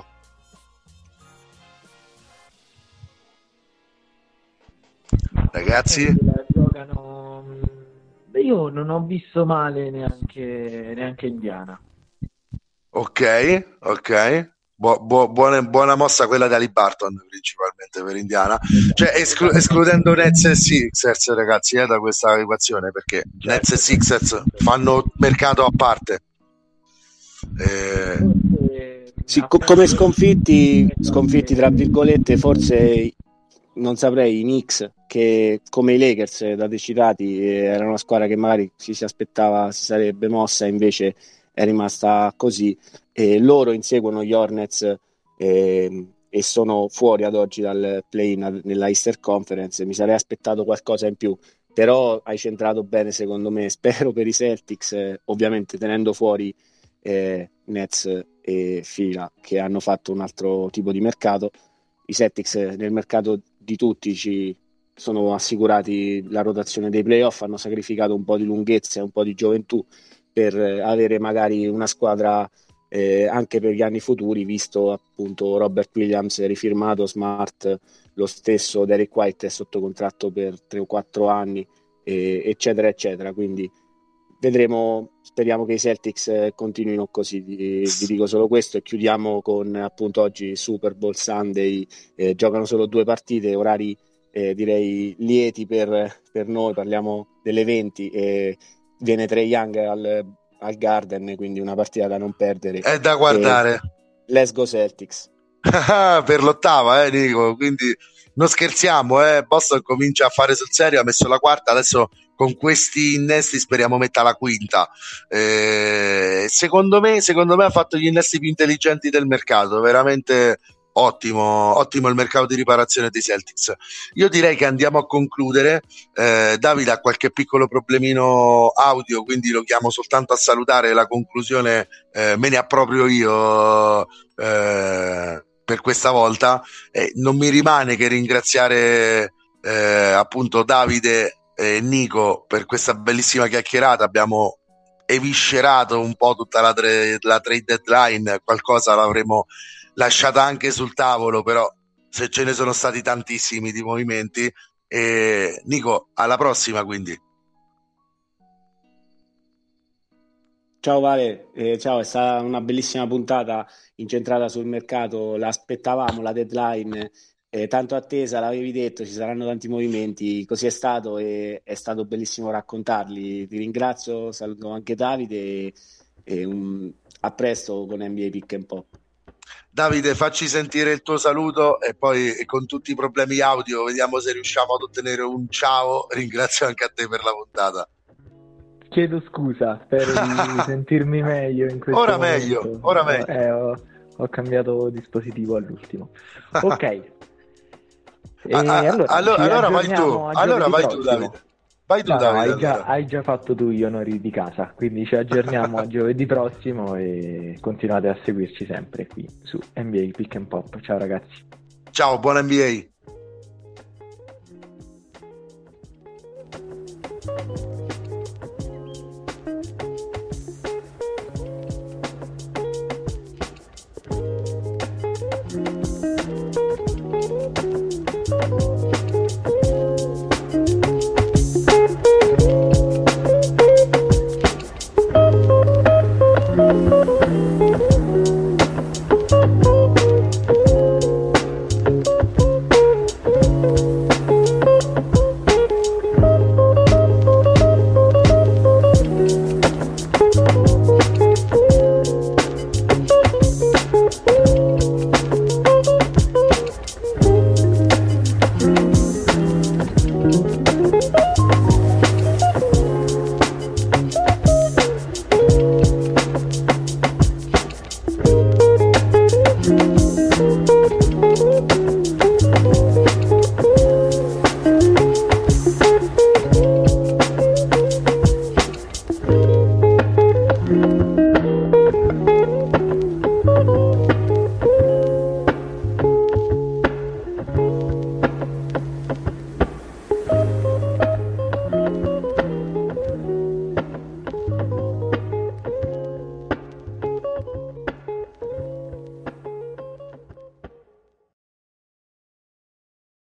Ragazzi, giocano Io non ho visto male neanche Indiana. Ok. Buona mossa quella di Haliburton principalmente per Indiana, cioè escludendo Nets e Sixers, ragazzi, da questa equazione, perché certo, Nets e Sixers fanno mercato a parte. Sì, come sconfitti tra virgolette, forse non saprei, i Knicks, che come i Lakers da citati era una squadra che magari si aspettava si sarebbe mossa, invece è rimasta così. Loro inseguono gli Hornets e sono fuori ad oggi dal play-in nella Eastern Conference. Mi sarei aspettato qualcosa in più, però hai centrato bene secondo me. Spero per i Celtics, ovviamente tenendo fuori Nets e Fila, che hanno fatto un altro tipo di mercato. I Celtics nel mercato di tutti ci sono assicurati la rotazione dei playoff, hanno sacrificato un po' di lunghezza e un po' di gioventù per avere magari una squadra anche per gli anni futuri, visto appunto Robert Williams rifirmato, Smart, lo stesso Derek White è sotto contratto per 3 o 4 anni, eccetera eccetera. Quindi vedremo, speriamo che i Celtics continuino così. Vi dico solo questo e chiudiamo con appunto oggi Super Bowl Sunday, giocano solo 2 partite, orari direi lieti per noi, parliamo delle 20 e viene Trae Young al Garden, quindi una partita da non perdere. È da guardare. Let's go Celtics. Per l'8ª, Nico, quindi non scherziamo, Boston comincia a fare sul serio, ha messo la 4ª, adesso con questi innesti speriamo metta la 5ª. Secondo me ha fatto gli innesti più intelligenti del mercato, veramente ottimo il mercato di riparazione dei Celtics. Io direi che andiamo a concludere. Davide ha qualche piccolo problemino audio, quindi lo chiamo soltanto a salutare. La conclusione me ne approprio io per questa volta. Non mi rimane che ringraziare appunto Davide e Nico per questa bellissima chiacchierata. Abbiamo eviscerato un po' tutta la trade deadline, qualcosa l'avremo lasciata anche sul tavolo, però se ce ne sono stati tantissimi di movimenti. Nico, alla prossima quindi. Ciao Vale, ciao, è stata una bellissima puntata incentrata sul mercato, l'aspettavamo, la deadline, tanto attesa, l'avevi detto, ci saranno tanti movimenti, così è stato e è stato bellissimo raccontarli. Ti ringrazio, saluto anche Davide e a presto con NBA Pick and Pop. Davide, facci sentire il tuo saluto e poi con tutti i problemi audio vediamo se riusciamo ad ottenere un ciao. Ringrazio anche a te per la puntata. Chiedo scusa, spero di sentirmi meglio in questo momento. Ora meglio. Ho cambiato dispositivo all'ultimo. Ok. Allora vai tu, Davide. Vai tu, Davide. Hai già fatto tu gli onori di casa, quindi ci aggiorniamo a giovedì prossimo e continuate a seguirci sempre qui su NBA Pick and Pop. Ciao ragazzi. Ciao, buona NBA.